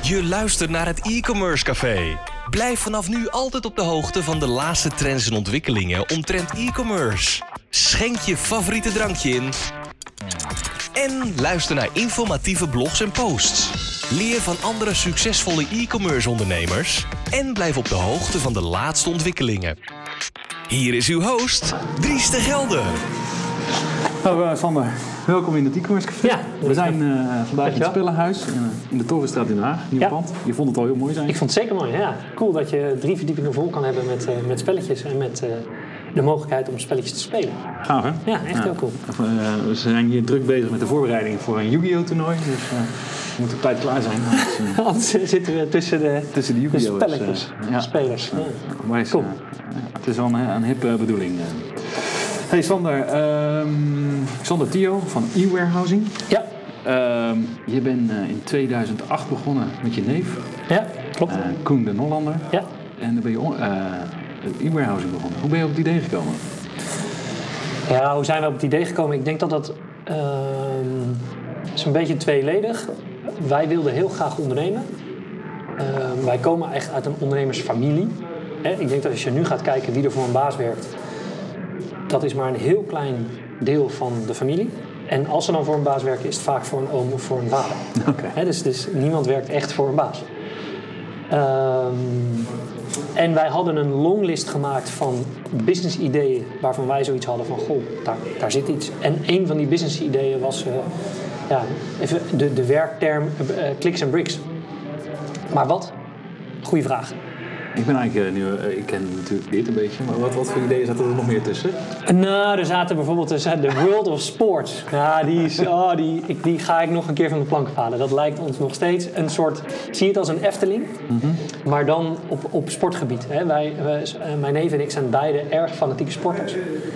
Je luistert naar het e-commerce café. Blijf vanaf nu altijd op de hoogte van de laatste trends en ontwikkelingen omtrent e-commerce. Schenk je favoriete drankje in. En luister naar informatieve blogs en posts. Leer van andere succesvolle e-commerce ondernemers. En blijf op de hoogte van de laatste ontwikkelingen. Hier is uw host, Dries de Gelder. Hallo Sander, welkom in het e-commerce café. Ja, we zijn vandaag in het Spellenhuis in de Torenstraat in Den Haag, nieuw pand. Je vond het al heel mooi zijn. Ik vond het zeker mooi, ja. Cool dat je 3 verdiepingen vol kan hebben met spelletjes en met de mogelijkheid om spelletjes te spelen. Gaaf hè? Ja, echt heel cool. We zijn hier druk bezig met de voorbereidingen voor een Yu-Gi-Oh toernooi, dus we moeten op tijd klaar zijn. Anders zitten we tussen de Yu-Gi-Oh spelletjes, spelers. Ja. Cool. Het is wel een hippe bedoeling. Hey Sander, Sander Theo van e-warehousing. Ja. Je bent in 2008 begonnen met je neef. Ja, klopt. Koen de Nollander. Ja. En dan ben je e-warehousing begonnen. Hoe ben je op het idee gekomen? Ja, hoe zijn we op het idee gekomen? Ik denk dat dat is een beetje tweeledig. Wij wilden heel graag ondernemen. Wij komen echt uit een ondernemersfamilie. Ik denk dat als je nu gaat kijken wie er voor een baas werkt, dat is maar een heel klein deel van de familie. En als ze dan voor een baas werken, is het vaak voor een oom of voor een vader. Okay. Dus niemand werkt echt voor een baas. En wij hadden een longlist gemaakt van business ideeën waarvan wij zoiets hadden van, goh, daar zit iets. En een van die business ideeën was even de werkterm clicks and bricks. Maar wat? Goeie vraag. Ik ben eigenlijk ik ken natuurlijk dit een beetje, maar wat voor ideeën zaten er nog meer tussen? Nou, er zaten bijvoorbeeld tussen de World of Sports. Ja, die ga ik nog een keer van de plank halen. Dat lijkt ons nog steeds een soort, zie het als een Efteling, maar dan op sportgebied. Hè. Mijn neef en ik zijn beide erg fanatieke sporters.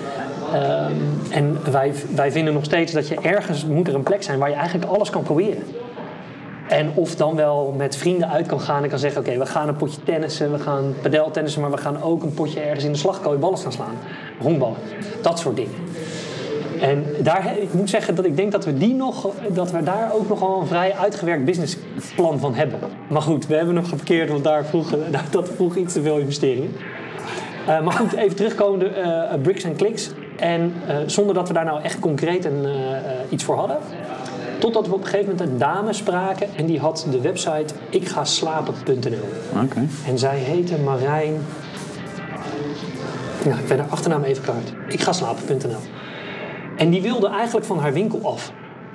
En wij vinden nog steeds dat je ergens moet er een plek zijn waar je eigenlijk alles kan proberen. En of dan wel met vrienden uit kan gaan en kan zeggen, oké, we gaan een potje tennissen, we gaan padeltennissen, maar we gaan ook een potje ergens in de slagkooi ballen gaan slaan. Honkballen, dat soort dingen. En ik moet zeggen dat ik denk dat we daar ook nogal een vrij uitgewerkt businessplan van hebben. Maar goed, we hebben nog geparkeerd, want dat vroeg iets te veel investeringen. Maar goed, even terugkomende, bricks en clicks. En zonder dat we daar nou echt concreet iets voor hadden. Totdat we op een gegeven moment een dame spraken en die had de website ikgaslapen.nl. Okay. En zij heette Marijn. Ja, ik ben haar achternaam even kwijt. Ikgaslapen.nl. En die wilde eigenlijk van haar winkel af.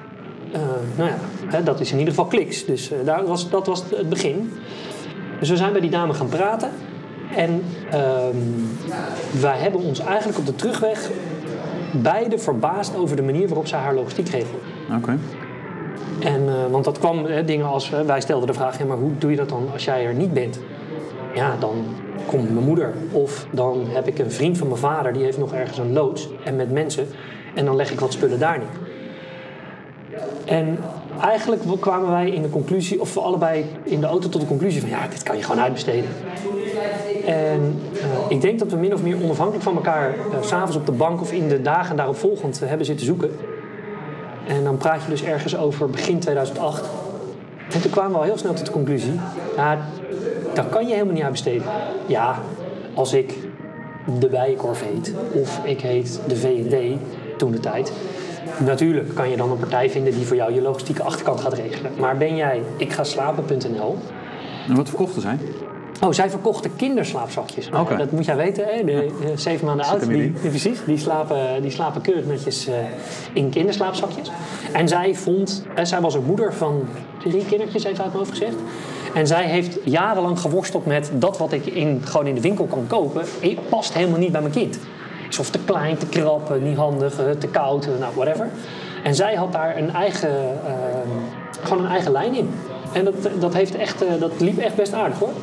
Dat is in ieder geval kliks. Dus dat was het begin. Dus we zijn bij die dame gaan praten. En wij hebben ons eigenlijk op de terugweg beide verbaasd over de manier waarop zij haar logistiek regelde. Oké. Want dat kwam dingen als, wij stelden de vraag, maar hoe doe je dat dan als jij er niet bent? Ja, dan komt mijn moeder. Of dan heb ik een vriend van mijn vader, die heeft nog ergens een loods en met mensen. En dan leg ik wat spullen daar neer. En eigenlijk kwamen wij in de conclusie, of we allebei in de auto tot de conclusie van, ja, dit kan je gewoon uitbesteden. En ik denk dat we min of meer onafhankelijk van elkaar 's avonds op de bank of in de dagen daarop volgend hebben zitten zoeken. En dan praat je dus ergens over begin 2008. En toen kwamen we al heel snel tot de conclusie, ja, dat kan je helemaal niet uitbesteden. Ja, als ik de Bijenkorf heet, of ik heet de V&D toen de tijd. Natuurlijk kan je dan een partij vinden die voor jou je logistieke achterkant gaat regelen. Maar ben jij ikgaslapen.nl. En wat verkochten zij? Oh, zij verkochten kinderslaapzakjes. Okay. Dat moet jij weten, hè? De 7 maanden oud. Precies, die slapen keurig netjes in kinderslaapzakjes. En zij was ook moeder van 3 kindertjes, even uit mijn hoofd gezegd. En zij heeft jarenlang geworsteld met dat wat ik gewoon in de winkel kan kopen, past helemaal niet bij mijn kind. Is of te klein, te krap, niet handig, te koud, nou whatever. En zij had daar gewoon een eigen lijn in. En dat liep echt best aardig hoor.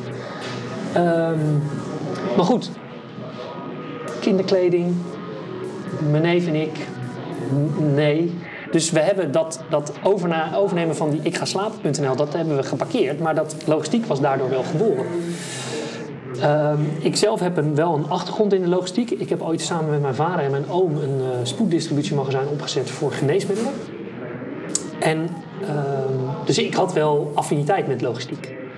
Maar goed, kinderkleding, mijn neef en ik, nee. Dus we hebben dat overnemen van die ikgaslapen.nl, dat hebben we geparkeerd. Maar dat logistiek was daardoor wel geboren. Ik zelf heb wel een achtergrond in de logistiek. Ik heb ooit samen met mijn vader en mijn oom een spoeddistributiemagazijn opgezet voor geneesmiddelen. En, dus ik had wel affiniteit met logistiek.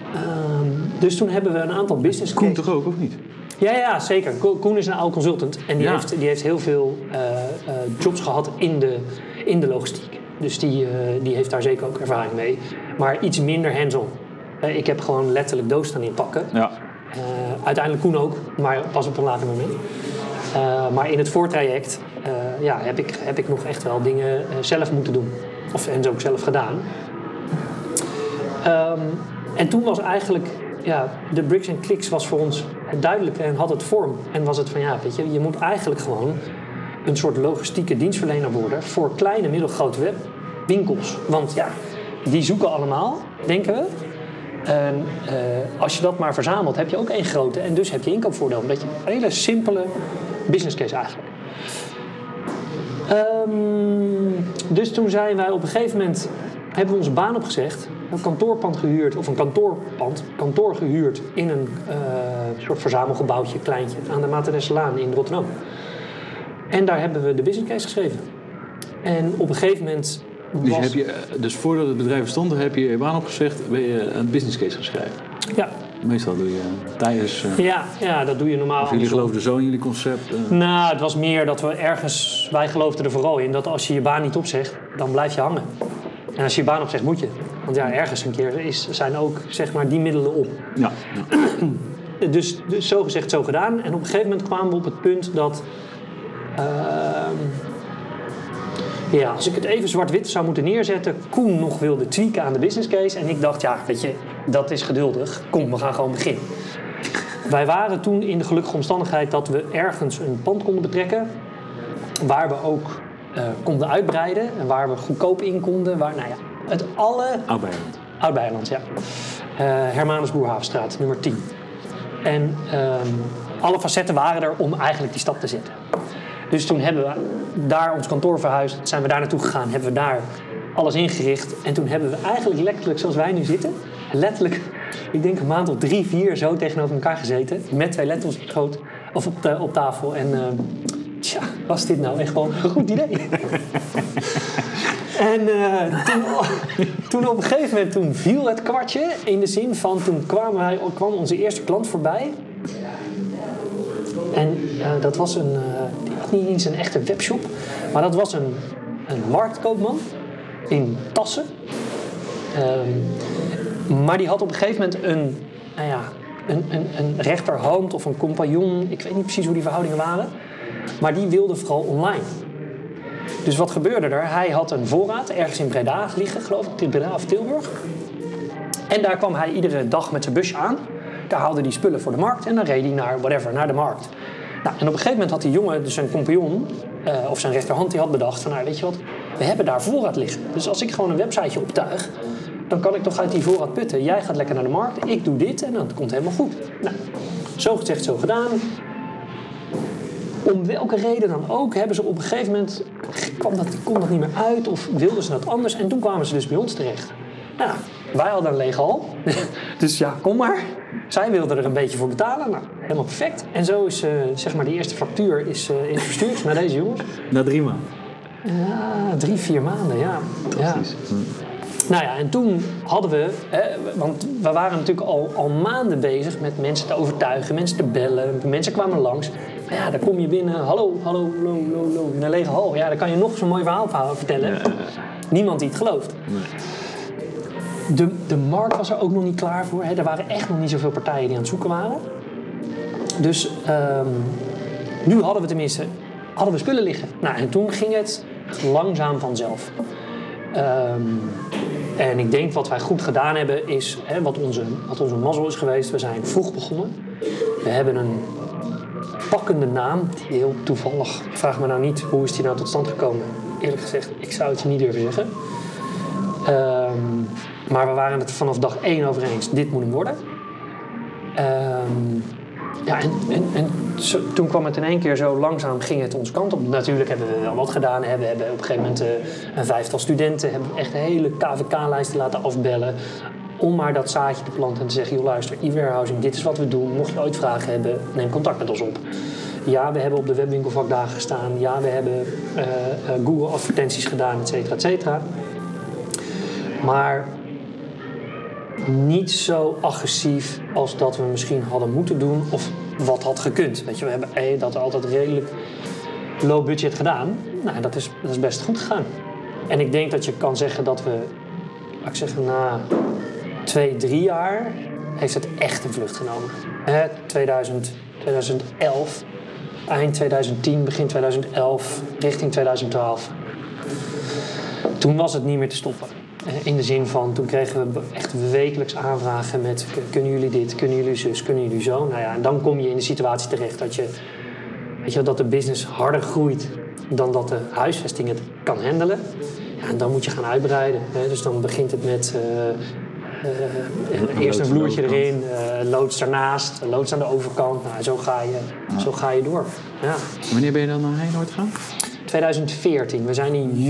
Dus toen hebben we een aantal business Koen cases. toch ook, of niet? Ja, zeker. Koen is een oude consultant. En die heeft heel veel jobs gehad in de logistiek. Dus die heeft daar zeker ook ervaring mee. Maar iets minder hands-on. Ik heb gewoon letterlijk doos staan inpakken. Ja. Uiteindelijk Koen ook, maar pas op een later moment. Maar in het voortraject heb ik nog echt wel dingen zelf moeten doen. En zo ook zelf gedaan. En toen was eigenlijk... Ja, de Bricks & Clicks was voor ons duidelijk en had het vorm. En was het van, je moet eigenlijk gewoon een soort logistieke dienstverlener worden voor kleine, middelgrote webwinkels. Want die zoeken allemaal, denken we. En als je dat maar verzamelt, heb je ook één grote. En dus heb je inkoopvoordeel. Omdat je een hele simpele business case eigenlijk. Dus toen zijn wij op een gegeven moment... hebben we onze baan opgezegd. Een kantoorpand gehuurd, of een kantoor gehuurd in een soort verzamelgebouwtje, kleintje, aan de Maternesselaan in Rotterdam. En daar hebben we de business case geschreven. En op een gegeven moment Dus voordat het bedrijf bestond, heb je je baan opgezegd, ben je een business case geschreven? Ja. Meestal doe je tijdens... Ja, dat doe je normaal. Of jullie geloofden zo in jullie concept? Nou, het was meer dat we ergens... Wij geloofden er vooral in dat als je je baan niet opzegt, dan blijf je hangen. En als je je baan opzegt, moet je. Want ergens een keer zijn ook zeg maar die middelen op. Ja. Dus zo gezegd, zo gedaan. En op een gegeven moment kwamen we op het punt dat... als ik het even zwart-wit zou moeten neerzetten... Koen nog wilde tweaken aan de business case. En ik dacht, dat is geduldig. Kom, we gaan gewoon beginnen. Wij waren toen in de gelukkige omstandigheid... dat we ergens een pand konden betrekken... waar we ook konden uitbreiden... en waar we goedkoop in konden. Oud-Beijerland, ja. Hermanus Boerhavenstraat, nummer 10. En alle facetten waren er om eigenlijk die stap te zetten. Dus toen hebben we daar ons kantoor verhuisd. Zijn we daar naartoe gegaan, hebben we daar alles ingericht. En toen hebben we eigenlijk letterlijk zoals wij nu zitten... letterlijk, ik denk een maand of 3, 4 zo tegenover elkaar gezeten... met 2 laptops op tafel. En was dit nou echt gewoon een goed idee? En toen op een gegeven moment toen viel het kwartje. In de zin van, toen kwam onze eerste klant voorbij. En dat was die had niet eens een echte webshop. Maar dat was een marktkoopman in Tassen. Maar die had op een gegeven moment een rechterhand of een compagnon. Ik weet niet precies hoe die verhoudingen waren. Maar die wilde vooral online. Dus wat gebeurde er? Hij had een voorraad ergens in Breda liggen, geloof ik. In Breda of Tilburg. En daar kwam hij iedere dag met zijn busje aan. Daar haalde hij spullen voor de markt. En dan reed hij naar de markt. Nou, en op een gegeven moment had die jongen, dus zijn compagnon... of zijn rechterhand, die had bedacht van... weet je wat, we hebben daar voorraad liggen. Dus als ik gewoon een websiteje optuig... dan kan ik toch uit die voorraad putten. Jij gaat lekker naar de markt, ik doe dit en dat komt helemaal goed. Nou, zo gezegd, zo gedaan. Om welke reden dan ook hebben ze op een gegeven moment... kon dat niet meer uit of wilden ze dat anders. En toen kwamen ze dus bij ons terecht. Nou, wij hadden een lege hal. Dus kom maar. Zij wilden er een beetje voor betalen. Nou, helemaal perfect. En zo is zeg maar die eerste factuur is verstuurd naar deze jongens. Na 3 maanden? Ja, 3, 4 maanden, ja. Precies. Ja. Nou ja, en toen hadden we... want we waren natuurlijk al maanden bezig met mensen te overtuigen, mensen te bellen. Mensen kwamen langs. Maar dan kom je binnen. Hallo, in een lege hal. Ja, dan kan je nog zo'n mooi verhaal vertellen. Ja. Niemand die het gelooft. Nee. De markt was er ook nog niet klaar voor. Er waren echt nog niet zoveel partijen die aan het zoeken waren. Dus nu hadden we tenminste spullen liggen. Nou, en toen ging het langzaam vanzelf. En ik denk wat wij goed gedaan hebben is, wat onze mazzel is geweest. We zijn vroeg begonnen. We hebben een pakkende naam, die heel toevallig, vraag me nou niet hoe is die nou tot stand gekomen. Eerlijk gezegd, ik zou het je niet durven zeggen. Maar we waren het vanaf dag 1 over eens, dit moet hem worden. Toen kwam het in één keer zo langzaam, ging het onze kant op. Natuurlijk hebben we wel wat gedaan. We hebben op een gegeven moment een 5-tal studenten, hebben echt hele KVK-lijsten laten afbellen. Om maar dat zaadje te planten en te zeggen, joh luister, e-warehousing, dit is wat we doen. Mocht je ooit vragen hebben, neem contact met ons op. Ja, we hebben op de webwinkelvakdagen gestaan. Ja, we hebben Google advertenties gedaan, et cetera, et cetera. Maar niet zo agressief als dat we misschien hadden moeten doen of wat had gekund. Weet je, we hebben dat altijd redelijk low budget gedaan. Nou, dat is best goed gegaan. En ik denk dat je kan zeggen dat we, laat ik zeggen, na 2-3 jaar heeft het echt een vlucht genomen. 2011, eind 2010, begin 2011, richting 2012. Toen was het niet meer te stoppen. In de zin van, toen kregen we echt wekelijks aanvragen met... kunnen jullie dit, kunnen jullie zus, kunnen jullie zo? Nou ja, en dan kom je in de situatie terecht dat je... Weet je, dat de business harder groeit dan dat de huisvesting het kan handelen. Ja, en dan moet je gaan uitbreiden. Hè? Dus dan begint het met... eerst een vloertje erin, loods ernaast, loods aan de overkant. Nou, zo ga je door. Ja. Wanneer ben je dan naar Heinoord gegaan? 2014. We zijn in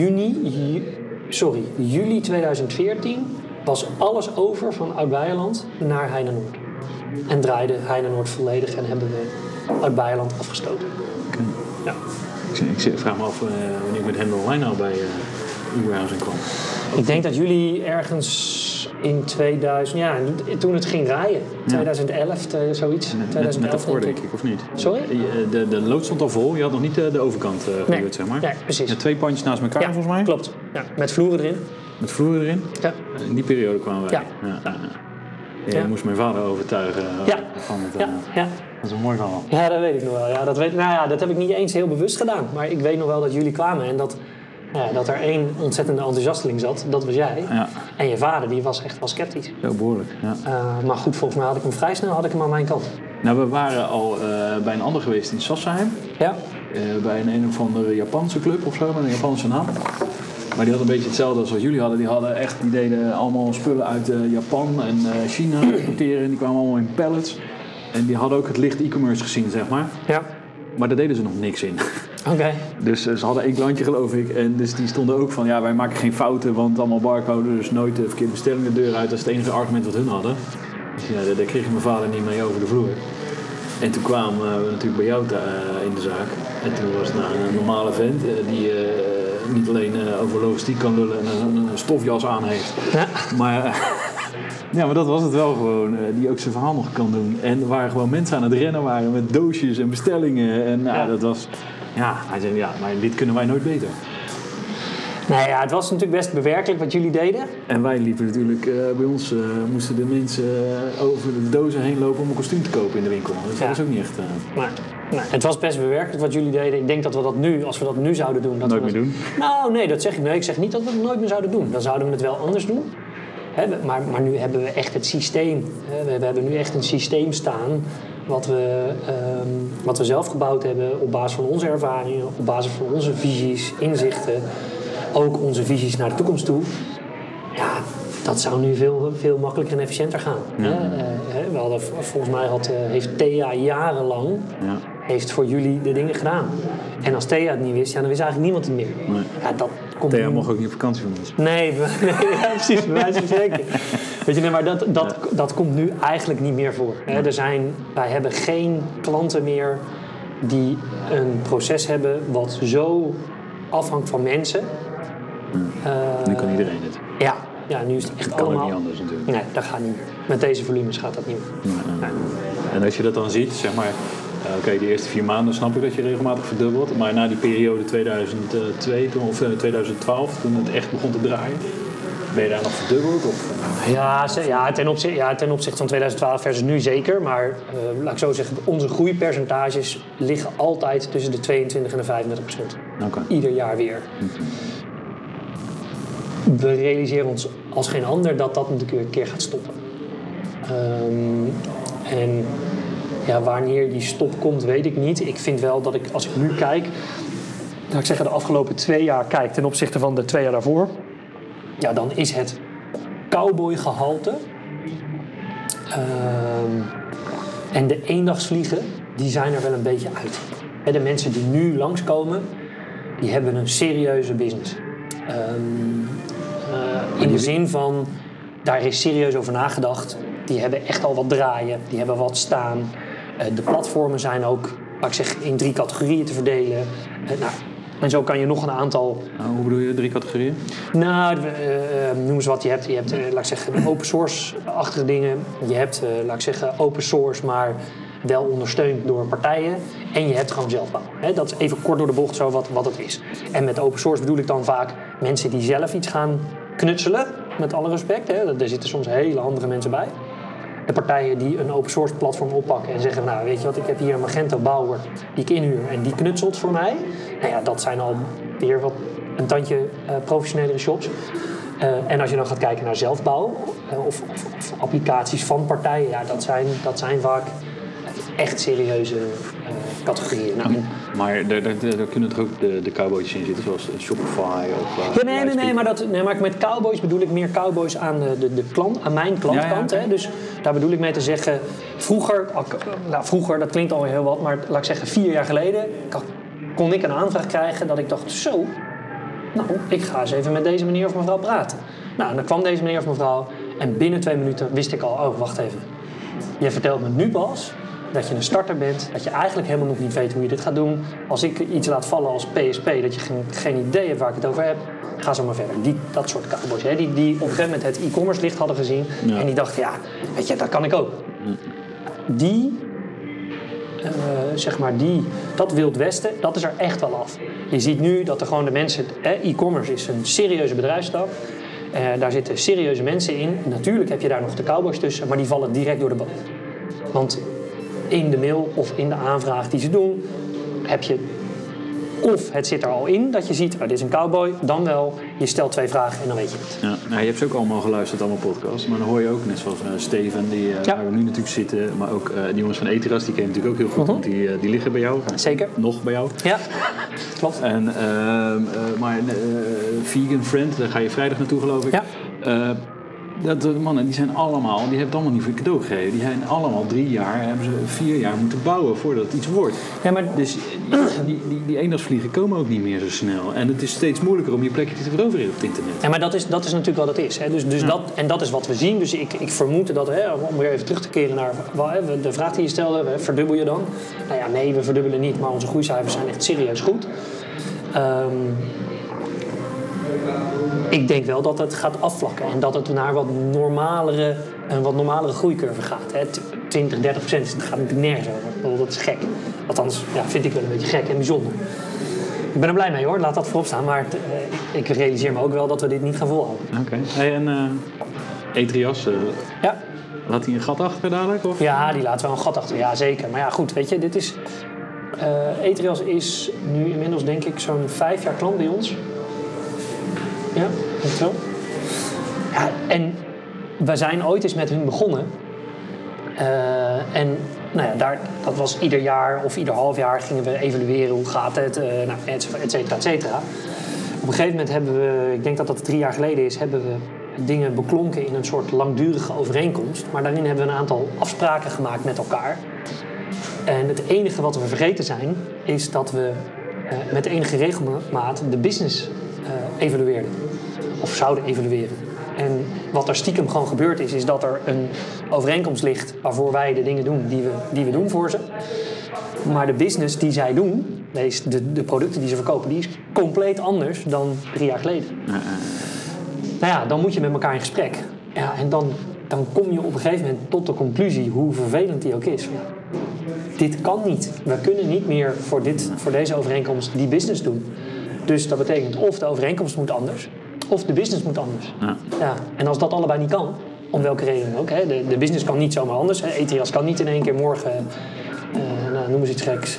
juli 2014 was alles over van Oud-Beijerland naar Heinenoord. En draaide Heinenoord volledig en hebben we Oud-Beijerland afgestoten. Okay. Ja. Ik vraag me af wanneer ik met Hendel Online nou bij e-warehousing kwam. Ik denk dat jullie ergens in 2000, ja, toen het ging rijden. 2011, zoiets. 2011 net daarvoor denk ik, of niet? Sorry? De lood stond al vol, je had nog niet de overkant gehuurd, zeg maar. Nee, precies. Ja, 2 pandjes naast elkaar, volgens mij. Klopt. Ja, met vloeren erin. Met vloeren erin? Ja. In die periode kwamen wij. Ja. Je moest mijn vader overtuigen van het... Dat is een mooi verhaal. Ja, dat weet ik nog wel. Ja, dat heb ik niet eens heel bewust gedaan. Maar ik weet nog wel dat jullie kwamen en dat er één ontzettende enthousiasteling zat. Dat was jij. Ja. En je vader, die was echt wel sceptisch. Ja, behoorlijk. Ja. Maar goed, volgens mij had ik hem vrij snel aan mijn kant. Nou, we waren al bij een ander geweest in Sassheim. Ja. Bij een of andere Japanse club of zo, met een Japanse naam. Maar die hadden een beetje hetzelfde als wat jullie hadden. Die deden allemaal spullen uit Japan en China importeren. En die kwamen allemaal in pallets. En die hadden ook het licht e-commerce gezien, zeg maar. Ja. Maar daar deden ze nog niks in. Oké. Dus ze hadden 1 klantje, geloof ik. En dus die stonden ook van, wij maken geen fouten, want allemaal barcode, dus nooit de verkeerde bestelling de deur uit. Dat is het enige argument wat hun hadden. Dus daar kreeg mijn vader niet mee over de vloer. En toen kwamen we natuurlijk bij jou in de zaak. En toen was het een normale vent die niet alleen over logistiek kan lullen en een stofjas aan heeft. Ja. Maar dat was het wel gewoon. Die ook zijn verhaal nog kan doen. En waar gewoon mensen aan het rennen waren met doosjes en bestellingen. En dat was... Ja, hij zei, maar dit kunnen wij nooit beter. Nou ja, het was natuurlijk best bewerkelijk wat jullie deden. En wij liepen natuurlijk... bij ons moesten de mensen over de dozen heen lopen om een kostuum te kopen in de winkel. Dus dat was ook niet echt... Maar het was best bewerkelijk wat jullie deden. Ik denk dat we dat nu, als we dat nu zouden doen... Nooit meer doen? Nou, nee, dat zeg ik. Nee, ik zeg niet dat we het nooit meer zouden doen. Dan zouden we het wel anders doen. Maar nu hebben we echt het systeem. We hebben nu echt een systeem staan wat we zelf gebouwd hebben op basis van onze ervaringen, op basis van onze visies, inzichten, ook onze visies naar de toekomst toe. Ja, dat zou nu veel makkelijker en efficiënter gaan. Ja. We hadden, volgens mij heeft Thea jarenlang heeft voor jullie de dingen gedaan. En als Thea het niet wist, dan wist eigenlijk niemand het meer. Nee. Ja, dat komt Thea mocht ook niet op vakantie van ons. Nee, precies, bij wijze van spreken. Weet je, maar dat komt nu eigenlijk niet meer voor. Hè. Wij hebben geen klanten meer die een proces hebben wat zo afhangt van mensen. Nu kan iedereen het. Ja, nu is het echt dat kan allemaal... ook niet anders natuurlijk. Nee, dat gaat niet meer. Met deze volumes gaat dat niet meer. Nee. En als je dat dan ziet, zeg maar... Oké, de eerste 4 maanden snap ik dat je regelmatig verdubbelt. Maar na die periode 2002 of 2012, toen het echt begon te draaien... Ben je daar nog verdubbeld? Of? Ten opzichte van 2012 versus nu zeker. Maar laat ik zo zeggen, onze groeipercentages liggen altijd tussen de 22 en de 35%. Okay. Ieder jaar weer. We realiseren ons als geen ander dat natuurlijk weer een keer gaat stoppen. En wanneer die stop komt, weet ik niet. Ik vind wel dat als ik nu kijk, laat ik zeggen de afgelopen 2 jaar kijk ten opzichte van de 2 jaar daarvoor. Ja, dan is het cowboygehalte en de eendagsvliegen, die zijn er wel een beetje uit. En de mensen die nu langskomen, die hebben een serieuze business. In de zin van, daar is serieus over nagedacht. Die hebben echt al wat draaien, die hebben wat staan. De platformen zijn ook, laat ik zeggen, in 3 categorieën te verdelen. En zo kan je nog een aantal... Hoe bedoel je, 3 categorieën? Nou, noem eens wat. Je hebt laat ik zeggen, de open source-achtige dingen. Je hebt, laat ik zeggen, open source, maar wel ondersteund door partijen. En je hebt gewoon zelfbouw. Dat is even kort door de bocht zo wat het is. En met open source bedoel ik dan vaak mensen die zelf iets gaan knutselen. Met alle respect. Er zitten soms hele handige mensen bij. De partijen die een open source platform oppakken en zeggen, nou weet je wat, ik heb hier een Magento bouwer die ik inhuur en die knutselt voor mij. Nou ja, dat zijn al weer een tandje professionelere shops. En als je dan gaat kijken naar zelfbouw of applicaties van partijen, ja, dat zijn vaak echt serieuze categorieën. Nou, maar daar kunnen toch ook de cowboys in zitten, zoals Shopify of... Nee, maar met cowboys bedoel ik meer cowboys aan de klant, aan mijn klantkant. Ja. Dus daar bedoel ik mee te zeggen, vroeger, dat klinkt alweer heel wat, maar laat ik zeggen 4 jaar geleden kon ik een aanvraag krijgen dat ik dacht, zo, nou, ik ga eens even met deze meneer of mevrouw praten. Nou, dan kwam deze meneer of mevrouw en binnen 2 minuten wist ik al, oh, wacht even. Je vertelt me nu pas dat je een starter bent, dat je eigenlijk helemaal nog niet weet hoe je dit gaat doen. Als ik iets laat vallen als PSP, dat je geen idee hebt waar ik het over heb, ga zo maar verder. Dat soort cowboys, die op een gegeven moment het e-commerce licht hadden gezien en die dachten, ja, weet je, dat kan ik ook. Dat Wild Westen, dat is er echt wel af. Je ziet nu dat er gewoon de mensen, e-commerce is een serieuze bedrijfstak. Daar zitten serieuze mensen in. Natuurlijk heb je daar nog de cowboys tussen, maar die vallen direct door de boot. Want in de mail of in de aanvraag die ze doen, heb je of het zit er al in dat je ziet, dit is een cowboy, dan wel, je stelt 2 vragen en dan weet je het. Ja, nou, je hebt ze ook allemaal geluisterd, allemaal podcasts, maar dan hoor je ook, net zoals Steven, waar we nu natuurlijk zitten, maar ook die jongens van Eteras, die ken je natuurlijk ook heel goed, want die liggen bij jou. Zeker. Nog bij jou. Ja, klopt. En, maar Vegan Friend, daar ga je vrijdag naartoe, geloof ik. Ja. De mannen, die hebben het allemaal niet voor cadeau gegeven. Die zijn allemaal 3 jaar, hebben ze 4 jaar moeten bouwen voordat het iets wordt. Ja, maar dus die eendagsvliegen komen ook niet meer zo snel. En het is steeds moeilijker om je plekje te veroveren op het internet. Ja, maar dat is natuurlijk wat het is. Hè. Dus dat is wat we zien. Dus ik vermoed dat, om weer even terug te keren naar de vraag die je stelde, verdubbel je dan? Nou ja, nee, we verdubbelen niet, maar onze groeicijfers zijn echt serieus goed. Ik denk wel dat het gaat afvlakken en dat het naar een wat normalere groeicurve gaat. Hè. 20, 30%, dat gaat natuurlijk nergens over. Dat is gek. Althans, vind ik wel een beetje gek en bijzonder. Ik ben er blij mee hoor, laat dat voorop staan. Maar ik realiseer me ook wel dat we dit niet gaan volhouden. Oké. Hey, en Etrias, laat hij een gat achter dadelijk? Of? Ja, die laat wel een gat achter. Ja, zeker. Maar ja, goed, weet je, dit is... Etrias is nu inmiddels denk ik zo'n 5 jaar klant bij ons. Ja, dat zo. Ja, en we zijn ooit eens met hun begonnen. En nou ja, dat was ieder jaar of ieder half jaar gingen we evalueren hoe gaat het, et cetera, et cetera. Op een gegeven moment hebben we, ik denk dat dat 3 jaar geleden is, hebben we dingen beklonken in een soort langdurige overeenkomst. Maar daarin hebben we een aantal afspraken gemaakt met elkaar. En het enige wat we vergeten zijn, is dat we met enige regelmaat de business evalueerden. Of zouden evalueren. En wat er stiekem gewoon gebeurd is dat er een overeenkomst ligt waarvoor wij de dingen doen die we doen voor ze. Maar de business die zij doen, de producten die ze verkopen, die is compleet anders dan 3 jaar geleden. Nou ja, dan moet je met elkaar in gesprek. Ja, en dan kom je op een gegeven moment tot de conclusie, hoe vervelend die ook is. Ja, dit kan niet. We kunnen niet meer voor deze overeenkomst die business doen. Dus dat betekent of de overeenkomst moet anders, of de business moet anders. Ja, en als dat allebei niet kan, om welke reden ook. Hè, de business kan niet zomaar anders. Etrias kan niet in één keer morgen, noem eens iets geks,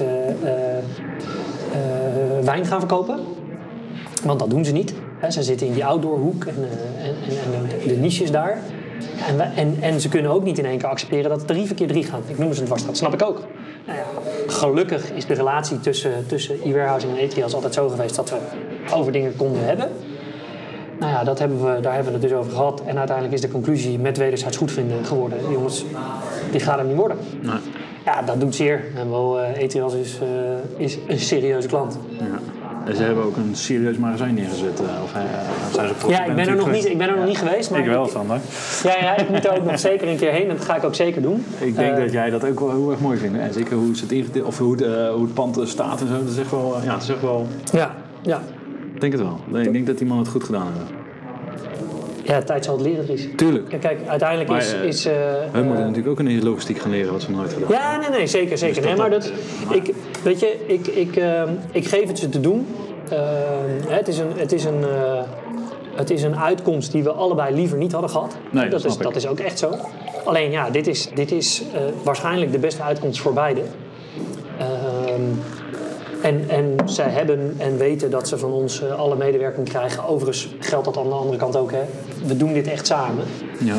wijn gaan verkopen. Want dat doen ze niet. Ze zitten in die outdoorhoek en de niches daar. En ze kunnen ook niet in één keer accepteren dat het 3 keer 3 gaat. Ik noem het vast, dat snap ik ook. Nou ja, gelukkig is de relatie tussen e-warehousing en Etrias altijd zo geweest dat we over dingen konden hebben. Nou ja, daar hebben we het dus over gehad. En uiteindelijk is de conclusie met wederzijds goedvinden geworden. Jongens, dit gaat hem niet worden. Nee. Ja, dat doet zeer. En wel, Etrias is een serieuze klant. Ja. En ze hebben ook een serieus magazijn neergezet. Ik ben er nog niet geweest. Maar ik wel, Sander. Ja, ik moet er ook nog zeker een keer heen. En dat ga ik ook zeker doen. Ik denk dat jij dat ook wel heel erg mooi vindt. En zeker hoe het ingedeeld, of hoe het pand staat en zo. Dat is echt wel... Ja, het is echt wel... Ja. Ja. Ik denk het wel. Nee, ik denk dat die man het goed gedaan heeft. Ja, tijd zal het leren, Dries. Tuurlijk. Kijk, uiteindelijk Maar, is we moeten natuurlijk ook in de logistiek gaan leren wat ze nooit gedaan. Ja, nee, zeker. Dus Nee, maar ik geef het ze te doen. Het is een uitkomst die we allebei liever niet hadden gehad. Nee, dat is ook echt zo. Alleen ja, dit is waarschijnlijk de beste uitkomst voor beide. En zij hebben en weten dat ze van ons alle medewerking krijgen. Overigens geldt dat aan de andere kant ook. Hè. We doen dit echt samen. Ja.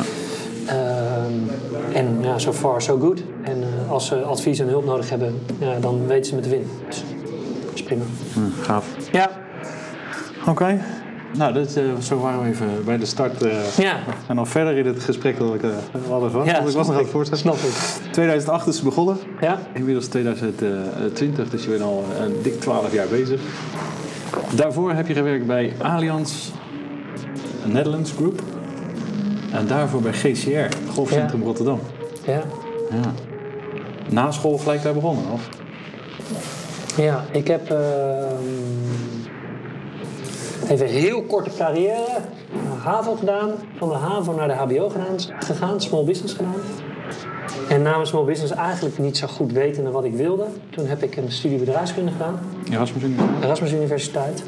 En ja, so far so good. En als ze advies en hulp nodig hebben, ja, dan weten ze me te winnen. Dus dat is prima. Gaaf. Ja. Oké. Nou, zo waren we even bij de start. Ja. We gaan nog verder in het gesprek dan ik hadden gehad. Ja, Want ik was nog aan het voorstellen. Snap ik. 2008 is begonnen. Ja. Inmiddels 2020, dus je bent al een dik 12 jaar bezig. Daarvoor heb je gewerkt bij Allianz Netherlands Group. En daarvoor bij GCR, Golfcentrum Rotterdam. Ja. Ja. Na school gelijk daar begonnen, of? Ja, ik heb even een heel korte carrière. HAVO gedaan, van de HAVO naar de HBO gegaan, small business gedaan. En namens small business eigenlijk niet zo goed wetende wat ik wilde. Toen heb ik een studie bedrijfskunde gedaan. Erasmus Universiteit.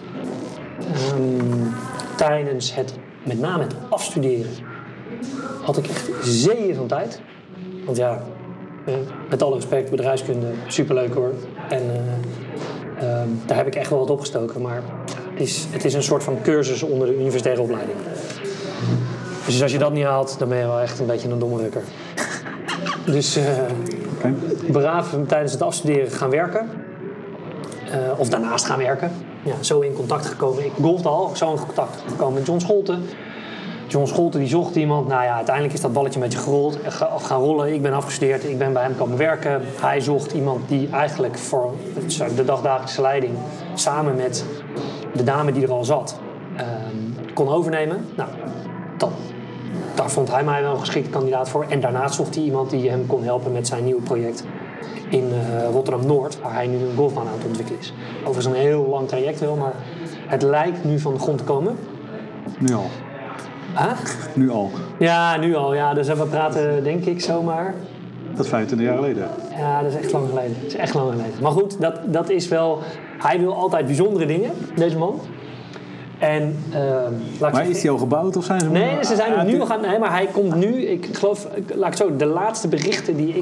Tijdens met name het afstuderen had ik echt zeeën van tijd. Want ja, met alle respect, bedrijfskunde, superleuk hoor. En daar heb ik echt wel wat opgestoken. Maar het is een soort van cursus onder de universitaire opleiding. Dus als je dat niet haalt, dan ben je wel echt een beetje een domme rukker. Dus braaf tijdens het afstuderen gaan werken. Of daarnaast gaan werken. Ja, zo in contact gekomen. Ik golfde al, zo in contact gekomen met John Scholten. John Scholten die zocht iemand. Nou ja, uiteindelijk is dat balletje een beetje gaan rollen. Ik ben afgestudeerd, ik ben bij hem komen werken. Hij zocht iemand die eigenlijk voor de dagdagelijkse leiding samen met de dame die er al zat kon overnemen. Nou, daar vond hij mij wel een geschikte kandidaat voor. En daarnaast zocht hij iemand die hem kon helpen met zijn nieuwe project in Rotterdam-Noord, waar hij nu een golfbaan aan het ontwikkelen is. Overigens een heel lang traject wel, maar het lijkt nu van de grond te komen. Nu al. Huh? Nu al. Ja, nu al. Ja. Dus we praten denk ik zomaar. Dat is 25 jaar geleden. Ja, dat is echt lang geleden. Dat is echt lang geleden. Maar goed, dat is wel... Hij wil altijd bijzondere dingen, deze man. En, maar is hij al gebouwd of zijn ze... Nee, ze zijn er nu nog aan... Nee, maar hij komt nu... Ik geloof, laat ik zo... De laatste berichten die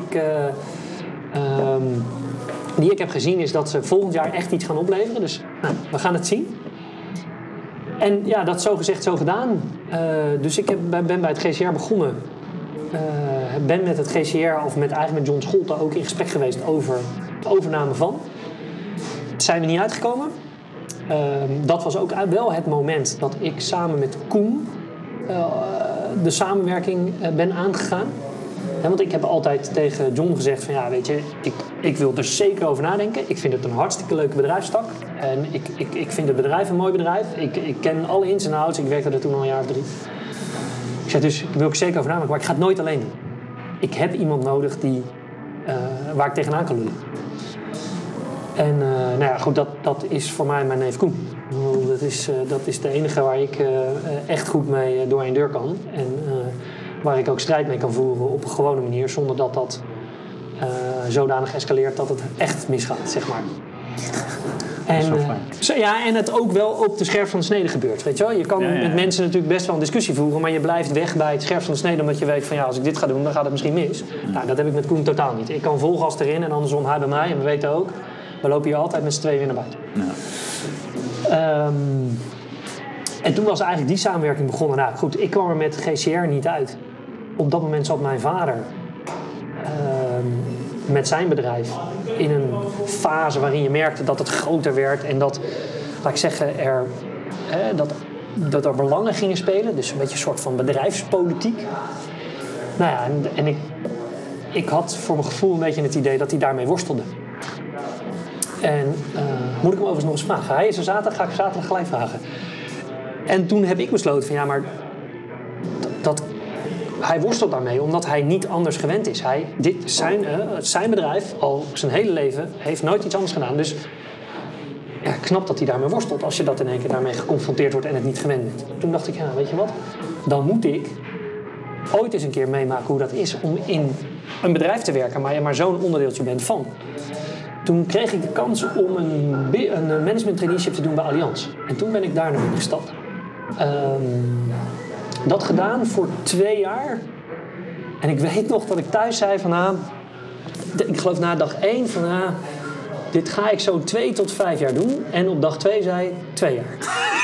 ik heb gezien is dat ze volgend jaar echt iets gaan opleveren. Dus nou, we gaan het zien. En ja, dat zo gezegd, zo gedaan. Dus ik ben bij het GCR begonnen. Ben met het GCR, of eigenlijk met John Scholten, ook in gesprek geweest over de overname van. Daar zijn we niet uitgekomen. Dat was ook wel het moment dat ik samen met Koen de samenwerking ben aangegaan. Want ik heb altijd tegen John gezegd van ja, weet je, ik wil er zeker over nadenken. Ik vind het een hartstikke leuke bedrijfstak. En ik vind het bedrijf een mooi bedrijf. Ik ken alle ins en outs. Ik werkte er toen al een jaar of 3. Ik zei dus, ik wil er zeker over nadenken, maar ik ga het nooit alleen doen. Ik heb iemand nodig waar ik tegenaan kan lullen. En nou ja, goed, dat is voor mij mijn neef Koen. Dat is de enige waar ik echt goed mee door een deur kan. En waar ik ook strijd mee kan voeren op een gewone manier, zonder dat dat zodanig escaleert dat het echt misgaat, zeg maar. En het ook wel op de scherp van de snede gebeurt, weet je wel. Je kan met mensen natuurlijk best wel een discussie voeren, maar je blijft weg bij het scherp van de snede, omdat je weet van ja, als ik dit ga doen, dan gaat het misschien mis. Nou, dat heb ik met Koen totaal niet. Ik kan vol gas erin en andersom hij bij mij. En we weten ook, we lopen hier altijd met z'n tweeën weer naar buiten. Ja. En toen was eigenlijk die samenwerking begonnen. Nou goed, ik kwam er met GCR niet uit. Op dat moment zat mijn vader met zijn bedrijf in een fase waarin je merkte dat het groter werd en dat, laat ik zeggen, dat er belangen gingen spelen. Dus een beetje een soort van bedrijfspolitiek. Nou ja, en ik had voor mijn gevoel een beetje het idee dat hij daarmee worstelde. En moet ik hem overigens nog eens vragen? Hij is er zaterdag, ga ik zaterdag gelijk vragen. En toen heb ik besloten van ja, maar hij worstelt daarmee omdat hij niet anders gewend is. Zijn bedrijf al zijn hele leven heeft nooit iets anders gedaan. Dus ik snap dat hij daarmee worstelt als je dat in één keer daarmee geconfronteerd wordt en het niet gewend bent. Toen dacht ik, weet je wat, dan moet ik ooit eens een keer meemaken hoe dat is om in een bedrijf te werken, maar je maar zo'n onderdeeltje bent van. Toen kreeg ik de kans om een management traineeship te doen bij Allianz. En toen ben ik daar naartoe gestapt. Dat gedaan voor 2 jaar. En ik weet nog dat ik thuis zei van, ik geloof na dag 1 van, dit ga ik zo 2 tot 5 jaar doen. En op dag 2 zei 2 jaar.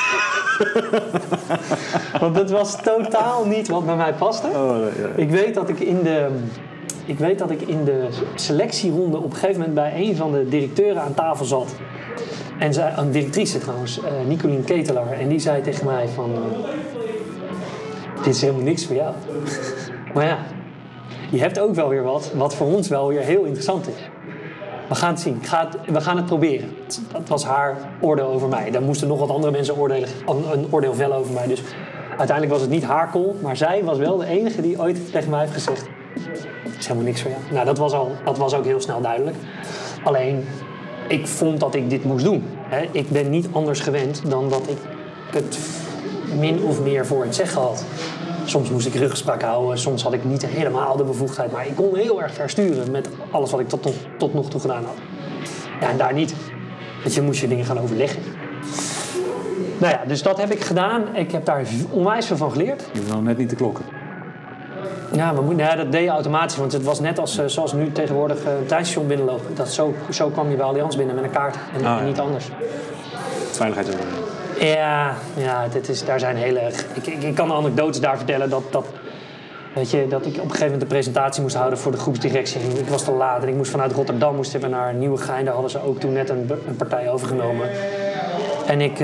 Want dat was totaal niet wat bij mij paste. Ik weet dat ik in de selectieronde op een gegeven moment bij een van de directeuren aan tafel zat. En zij, een directrice trouwens, Nicolien Ketelaar. En die zei tegen mij van, dit is helemaal niks voor jou. Maar ja, je hebt ook wel weer wat voor ons wel weer heel interessant is. We gaan het zien. We gaan het proberen. Dat was haar oordeel over mij. Daar moesten nog wat andere mensen een oordeel vellen over mij. Dus uiteindelijk was het niet haar call. Maar zij was wel de enige die ooit tegen mij heeft gezegd, het is helemaal niks voor jou. Nou, dat was ook heel snel duidelijk. Alleen, ik vond dat ik dit moest doen. Ik ben niet anders gewend dan dat ik het min of meer voor het zeggen had. Soms moest ik ruggespraak houden, soms had ik niet helemaal de bevoegdheid. Maar ik kon heel erg ver sturen met alles wat ik tot nog toe gedaan had. Ja, en daar niet. Want je moest je dingen gaan overleggen. Nou ja, dus dat heb ik gedaan. Ik heb daar onwijs veel van geleerd. Je hebt nou net niet de klokken. Ja, maar dat deed je automatisch. Want het was net als zoals nu tegenwoordig een treinstation binnenlopen. Zo kwam je bij Allianz binnen met een kaart en niet anders. Veiligheidsoverweging. Ja, daar zijn hele... Ik kan anekdotes daar vertellen weet je, dat ik op een gegeven moment een presentatie moest houden voor de groepsdirectie. Ik was te laat en ik moest vanuit Rotterdam naar Nieuwegein. Daar hadden ze ook toen net een partij overgenomen. En ik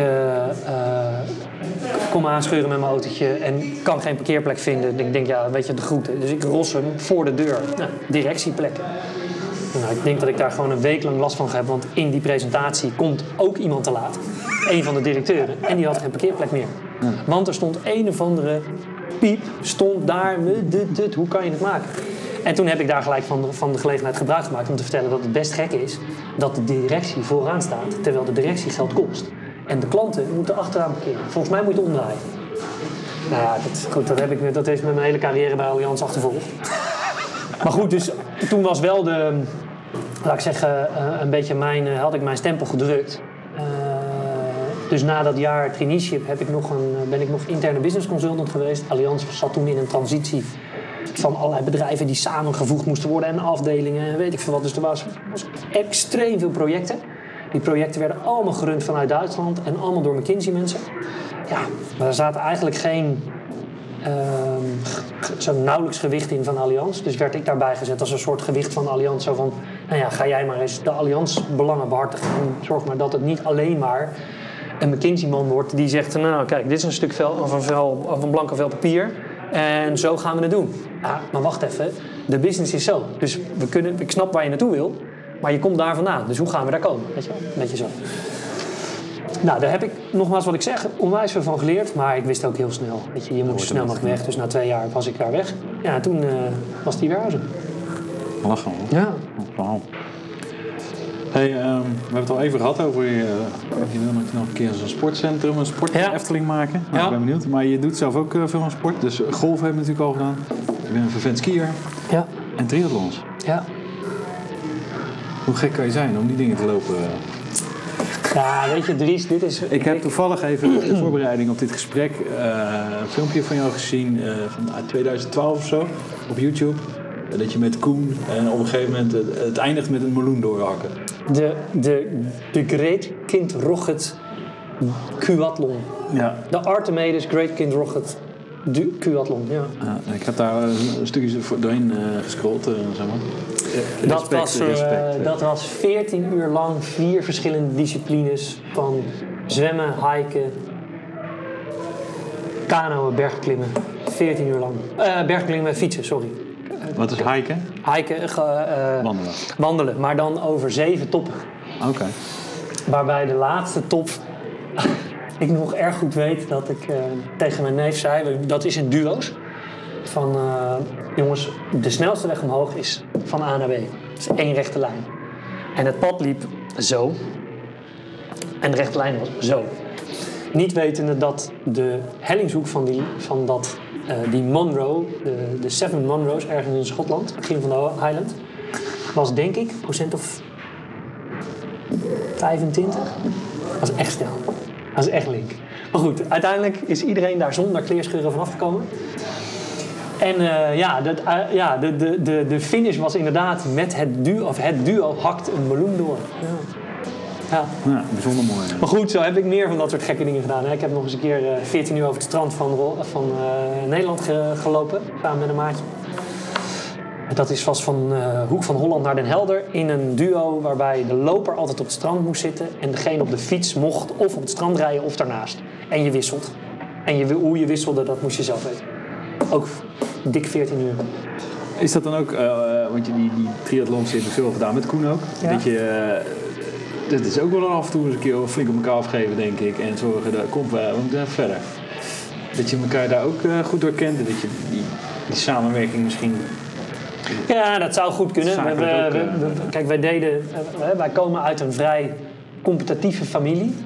kom aanscheuren met mijn autootje en kan geen parkeerplek vinden. Ik denk, weet je, de groeten. Dus ik ros hem voor de deur. Nou, directieplek. Nou, ik denk dat ik daar gewoon een week lang last van heb, want in die presentatie komt ook iemand te laat. Een van de directeuren. En die had geen parkeerplek meer. Ja. Want er stond een of andere piep, stond daar, hoe kan je het maken? En toen heb ik daar gelijk van de gelegenheid gebruik gemaakt om te vertellen dat het best gek is dat de directie vooraan staat, terwijl de directie geld kost. En de klanten moeten achteraan parkeren. Volgens mij moet je het omdraaien. Nou ja, dat heeft met mijn hele carrière bij Allianz achtervolgd. Maar goed, dus toen was wel laat ik zeggen, een beetje had ik mijn stempel gedrukt. Dus na dat jaar traineeship ben ik nog interne business consultant geweest. Allianz zat toen in een transitie van allerlei bedrijven die samengevoegd moesten worden en afdelingen en weet ik veel wat. Dus er was extreem veel projecten. Die projecten werden allemaal gerund vanuit Duitsland en allemaal door McKinsey mensen. Ja, maar er zaten eigenlijk geen zo'n nauwelijks gewicht in van Allianz. Dus werd ik daarbij gezet als een soort gewicht van Allianz. Zo van, ga jij maar eens de Allianz belangen behartigen. En zorg maar dat het niet alleen maar een McKinsey-man wordt die zegt, kijk, dit is een stuk vel of een blanke vel papier. En zo gaan we het doen. Ja, maar wacht even, de business is zo. Dus ik snap waar je naartoe wil, maar je komt daar vandaan. Dus hoe gaan we daar komen? Weet je wel? Een beetje zo. Nou, daar heb ik, nogmaals wat ik zeg, onwijs veel van geleerd. Maar ik wist ook heel snel. Weet je moet zo snel mogelijk weg. Dus na 2 jaar was ik daar weg. Ja, toen was die warehousing. Lachen hoor. Ja. Wow. Hey, we hebben het al even gehad over je wil nog een keer zo'n sportcentrum, een Efteling maken. Nou, ik ben benieuwd. Maar je doet zelf ook veel van sport. Dus golf heb je natuurlijk al gedaan. Je bent een vervent skier. Ja. En triathlons. Ja. Hoe gek kan je zijn om die dingen te lopen? Ja, weet je Dries, dit is... Ik heb toevallig even in voorbereiding op dit gesprek een filmpje van jou gezien van 2012 of zo op YouTube. Dat je met Koen en op een gegeven moment het eindigt met een meloen doorhakken. De Great Kind Rochet Quathlon. Ja. De Artemedes Great Kind Rochet Quathlon, ja. Ik heb daar een stukje doorheen gescrollt, zeg maar. Dat was 14 uur lang 4 verschillende disciplines van zwemmen, hiken, kanoën, bergklimmen. 14 uur lang. Bergklimmen, fietsen, sorry. Wat is hiken? Hiken, wandelen, maar dan over 7 toppen. Oké. Waarbij de laatste top, ik nog erg goed weet dat ik tegen mijn neef zei, dat is in duo's. Van jongens, de snelste weg omhoog is van A naar B. Het is 1 rechte lijn. En het pad liep zo. En de rechte lijn was zo. Niet wetende dat de hellingshoek van die Monroe, de Seven Monroes, ergens in Schotland, begin van de Highland, was denk ik procent of 25. Dat is echt snel. Dat is echt link. Maar goed, uiteindelijk is iedereen daar zonder kleerscheuren vanaf gekomen. En de finish was inderdaad met het duo hakt een meloen door. Ja, bijzonder mooi. Maar goed, zo heb ik meer van dat soort gekke dingen gedaan. Ik heb nog eens een keer 14 uur over het strand van Nederland gelopen, samen met een maatje. Dat is vast van Hoek van Holland naar Den Helder in een duo waarbij de loper altijd op het strand moest zitten en degene op de fiets mocht of op het strand rijden of daarnaast. En je wisselt. En hoe je wisselde, dat moest je zelf weten. Ook dik 14 uur. Is dat dan ook, want die triathlons heb ik veel gedaan met Koen ook, dat is ook wel af en toe eens een keer flink op elkaar afgeven, denk ik, en zorgen dat komt we moeten even verder. Dat je elkaar daar ook goed door kent en dat je die samenwerking misschien. Ja, dat zou goed kunnen. Kijk, wij komen uit een vrij competitieve familie.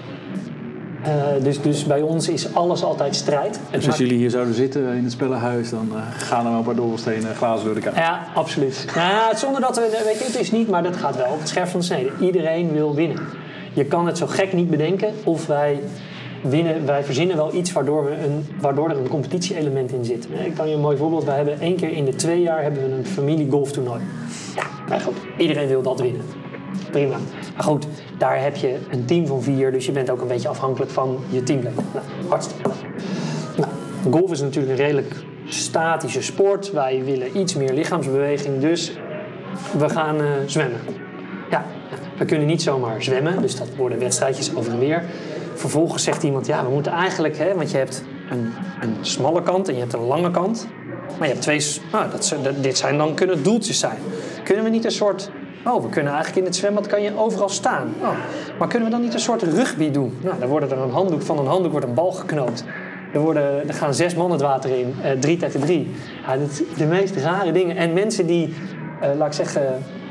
Dus bij ons is alles altijd strijd. Dus als jullie hier zouden zitten in het spellenhuis, dan gaan er wel een paar dobbelstenen glazen door de kamer. Ja, absoluut. Zonder dat het is niet, maar dat gaat wel op het scherp van de snede. Iedereen wil winnen. Je kan het zo gek niet bedenken of wij winnen. Wij verzinnen wel iets waardoor er een competitie-element in zit. Ik kan je een mooi voorbeeld. Wij hebben 1 keer in de 2 jaar hebben we een familiegolftoernooi. Ja, goed. Iedereen wil dat winnen. Prima. Maar goed, daar heb je een team van 4, dus je bent ook een beetje afhankelijk van je teamleden. Nou, hartstikke leuk. Nou, golf is natuurlijk een redelijk statische sport. Wij willen iets meer lichaamsbeweging, dus we gaan zwemmen. Ja, we kunnen niet zomaar zwemmen, dus dat worden wedstrijdjes over en weer. Vervolgens zegt iemand, ja, we moeten eigenlijk, want je hebt een smalle kant en je hebt een lange kant. Maar je hebt 2, dit zijn dan kunnen doeltjes zijn. Kunnen we niet een soort... we kunnen eigenlijk in het zwembad kan je overal staan. Maar kunnen we dan niet een soort rugby doen? Nou, dan wordt er van een handdoek wordt een bal geknoopt. Er gaan 6 man het water in, 3 tegen 3. Ja, de meest rare dingen. En mensen die, laat ik zeggen,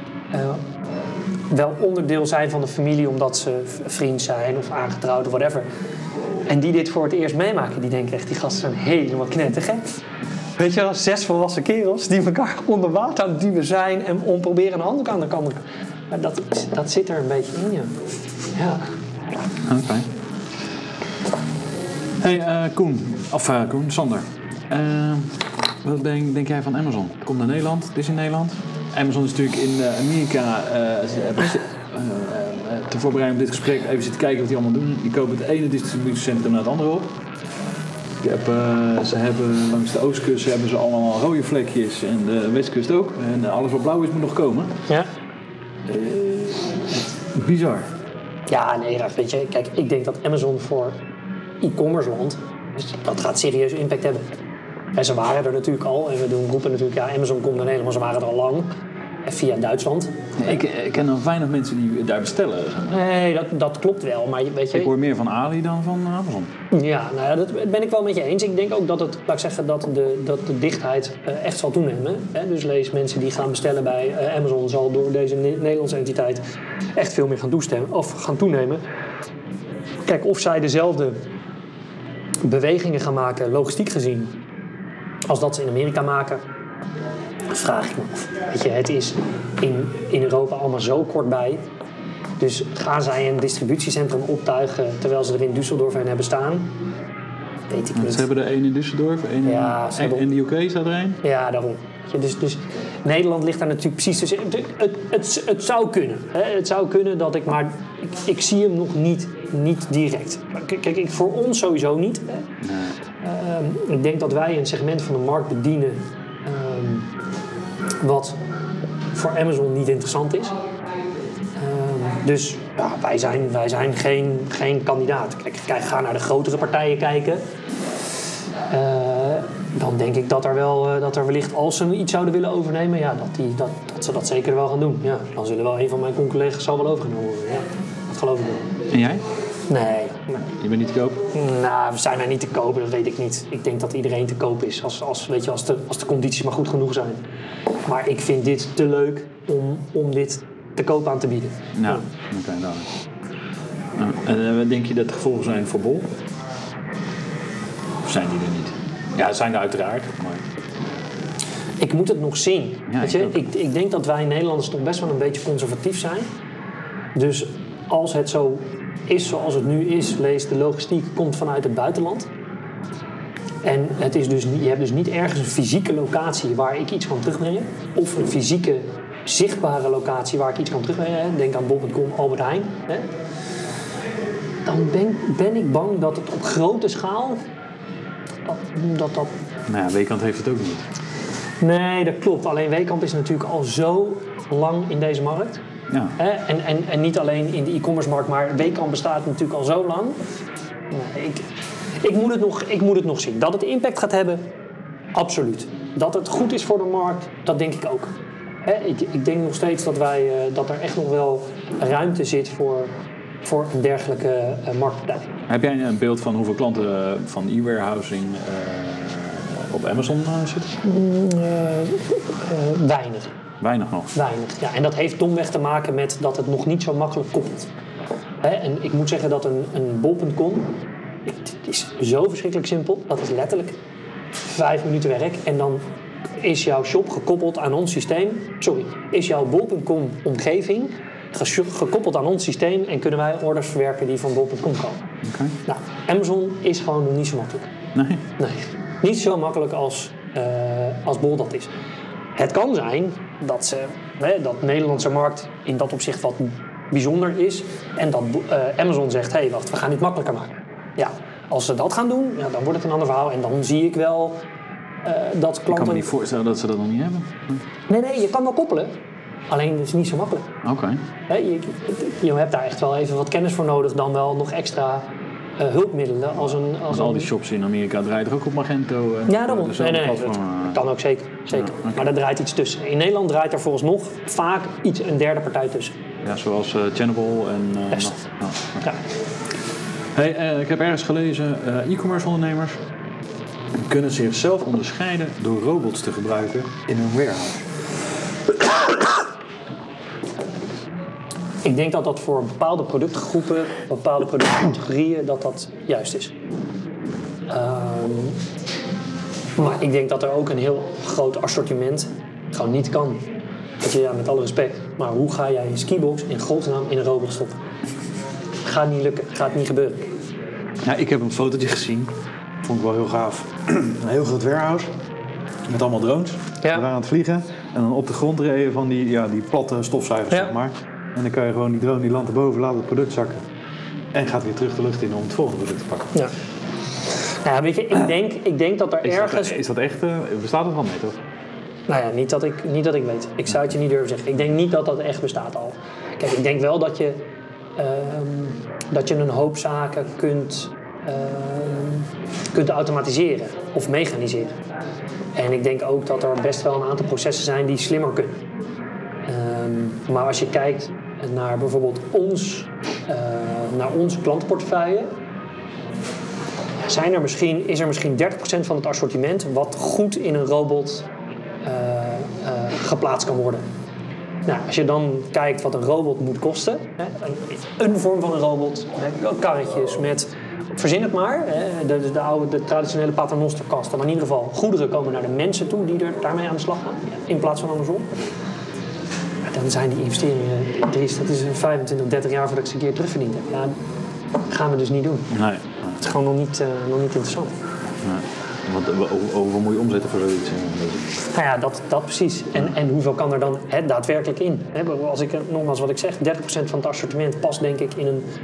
wel onderdeel zijn van de familie omdat ze vriend zijn of aangetrouwd of whatever. En die dit voor het eerst meemaken, die denken echt, die gasten zijn helemaal knettergek. Weet je wel, 6 volwassen kerels die elkaar onder water aan het duwen zijn en om proberen een handdoek aan de kant. Maar dat zit er een beetje in, ja. Oké. Hey, Sander. Wat denk jij van Amazon? Het komt naar Nederland, het is in Nederland. Amazon is natuurlijk in Amerika. Ter voorbereiding op dit gesprek even zitten kijken wat die allemaal doen. Die kopen het ene distributiecentrum naar het andere op. Ze hebben langs de oostkust hebben ze allemaal rode vlekjes en de westkust ook. En alles wat blauw is moet nog komen. Ja. Bizar. Ja, nee, weet je. Kijk, ik denk dat Amazon voor e-commerce land, dus dat gaat serieus impact hebben. En ze waren er natuurlijk al. En we roepen natuurlijk, ja, Amazon komt naar Nederland, maar ze waren er al lang. Via Duitsland. Ik ken nog weinig mensen die daar bestellen. Nee, dat klopt wel. Maar weet je, ik hoor meer van Ali dan van Amazon. Ja, nou ja, dat ben ik wel met je eens. Ik denk ook dat de dichtheid echt zal toenemen. Hè? Dus lees mensen die gaan bestellen bij Amazon zal door deze Nederlandse entiteit echt veel meer gaan toenemen. Kijk, of zij dezelfde bewegingen gaan maken, logistiek gezien, als dat ze in Amerika maken, vraag ik me af. Weet je, het is in Europa allemaal zo kort bij. Dus gaan zij een distributiecentrum optuigen terwijl ze er in Düsseldorf en hebben staan? Weet ik niet. Ze hebben er één in Düsseldorf, één in de UK staat er één. Ja, daarom. Dus Nederland ligt daar natuurlijk precies tussen. Het zou kunnen. Hè? Het zou kunnen dat maar ik zie hem nog niet direct. Kijk, voor ons sowieso niet. Hè? Nee. Ik denk dat wij een segment van de markt bedienen wat voor Amazon niet interessant is. Dus ja, wij zijn geen kandidaat. Kijk, ga naar de grotere partijen kijken. Dan denk ik dat er wellicht, als ze iets zouden willen overnemen, ja, dat ze dat zeker wel gaan doen. Ja, dan zullen wel een van mijn collega's zal wel overgenomen worden. Ja, dat geloof ik wel. En jij? Nee. Je bent niet te koop? Nou, we zijn er niet te koop, dat weet ik niet. Ik denk dat iedereen te koop is, als de condities maar goed genoeg zijn. Maar ik vind dit te leuk om dit te koop aan te bieden. Nou, oké, En wat denk je dat de gevolgen zijn voor Bol? Of zijn die er niet? Ja, zijn er uiteraard, maar... Ik moet het nog zien. Ja, weet je? Ik denk dat wij Nederlanders toch best wel een beetje conservatief zijn. Dus als het zo is zoals het nu is, lees de logistiek komt vanuit het buitenland. En het is dus, je hebt dus niet ergens een fysieke locatie waar ik iets kan terugbrengen. Of een fysieke, zichtbare locatie waar ik iets kan terugbrengen. Denk aan bol.com, Albert Heijn. Hè. Dan ben ik bang dat het op grote schaal... Dat Nou ja, Weekend heeft het ook niet. Nee, dat klopt. Alleen Weekamp is natuurlijk al zo lang in deze markt. Ja. En niet alleen in de e-commerce markt, maar Weekamp bestaat natuurlijk al zo lang. Nee, ik moet het nog zien. Dat het impact gaat hebben, absoluut. Dat het goed is voor de markt, dat denk ik ook. Ik denk nog steeds dat er echt nog wel ruimte zit voor een dergelijke marktpartij. Heb jij een beeld van hoeveel klanten van e-warehousing op Amazon zitten? Weinig. Weinig nog. Weinig, ja. En dat heeft domweg te maken met dat het nog niet zo makkelijk koppelt. En ik moet zeggen dat een bol.com, het is zo verschrikkelijk simpel. Dat is letterlijk 5 minuten werk. En dan is jouw shop gekoppeld aan ons systeem. Is jouw bol.com omgeving gekoppeld aan ons systeem. En kunnen wij orders verwerken die van bol.com komen. Okay. Nou, Amazon is gewoon nog niet zo makkelijk. Nee. Niet zo makkelijk als Bol dat is. Het kan zijn dat de Nederlandse markt in dat opzicht wat bijzonder is. En dat Amazon zegt, hé, wacht, we gaan dit makkelijker maken. Ja, als ze dat gaan doen, ja, dan wordt het een ander verhaal. En dan zie ik wel dat klanten... Ik kan me niet voorstellen dat ze dat nog niet hebben. Nee, je kan wel koppelen. Alleen het is niet zo makkelijk. Oké. Je hebt daar echt wel even wat kennis voor nodig. Dan wel nog extra hulpmiddelen. Als al die shops in Amerika draaien er ook op Magento. Ja, daarom. Nee, dat kan ook zeker. Ja, okay. Maar daar draait iets tussen. In Nederland draait er vooralsnog vaak een derde partij tussen. Ja, zoals Channable en... Ja. Hey, ik heb ergens gelezen, e-commerce ondernemers kunnen zichzelf onderscheiden door robots te gebruiken in hun warehouse. Ik denk dat voor bepaalde productgroepen, bepaalde productcategorieën, dat juist is. Maar ik denk dat er ook een heel groot assortiment gewoon niet kan. Dat je, met alle respect, maar hoe ga jij een skibox in godsnaam in een robot stoppen? Gaat niet lukken, gaat niet gebeuren. Ja, ik heb een fotootje gezien, vond ik wel heel gaaf. Een heel groot warehouse met allemaal drones. Die waren aan het vliegen en dan op de grond reden van die platte stofzuigers, zeg maar. En dan kan je gewoon die drone die landt erboven, laat het product zakken. En gaat weer terug de lucht in om het volgende product te pakken. Ja. Nou, weet je, ik denk dat er ergens... Is dat echt... bestaat het wel mee, toch? Nou ja, niet dat ik weet. Ik zou het je niet durven zeggen. Ik denk niet dat dat echt bestaat al. Kijk, ik denk wel dat je een hoop zaken kunt automatiseren of mechaniseren. En ik denk ook dat er best wel een aantal processen zijn die slimmer kunnen. Maar als je kijkt naar bijvoorbeeld onze klantenportefeuille, is er misschien 30% van het assortiment wat goed in een robot geplaatst kan worden. Nou, als je dan kijkt wat een robot moet kosten, een vorm van een robot, met karretjes, met, verzin het maar, de traditionele paternosterkasten, maar in ieder geval goederen komen naar de mensen toe die er daarmee aan de slag gaan, in plaats van andersom. Dan zijn die investeringen, dat is 25, 30 jaar voordat ik ze een keer terugverdiend heb. Ja, dat gaan we dus niet doen. Nee. Het is gewoon nog niet interessant. Nee. Want over moet je omzetten voor zoiets? Nou ja, dat precies. En hoeveel kan er dan daadwerkelijk in? Als ik, nogmaals wat ik zeg, 30% van het assortiment past denk ik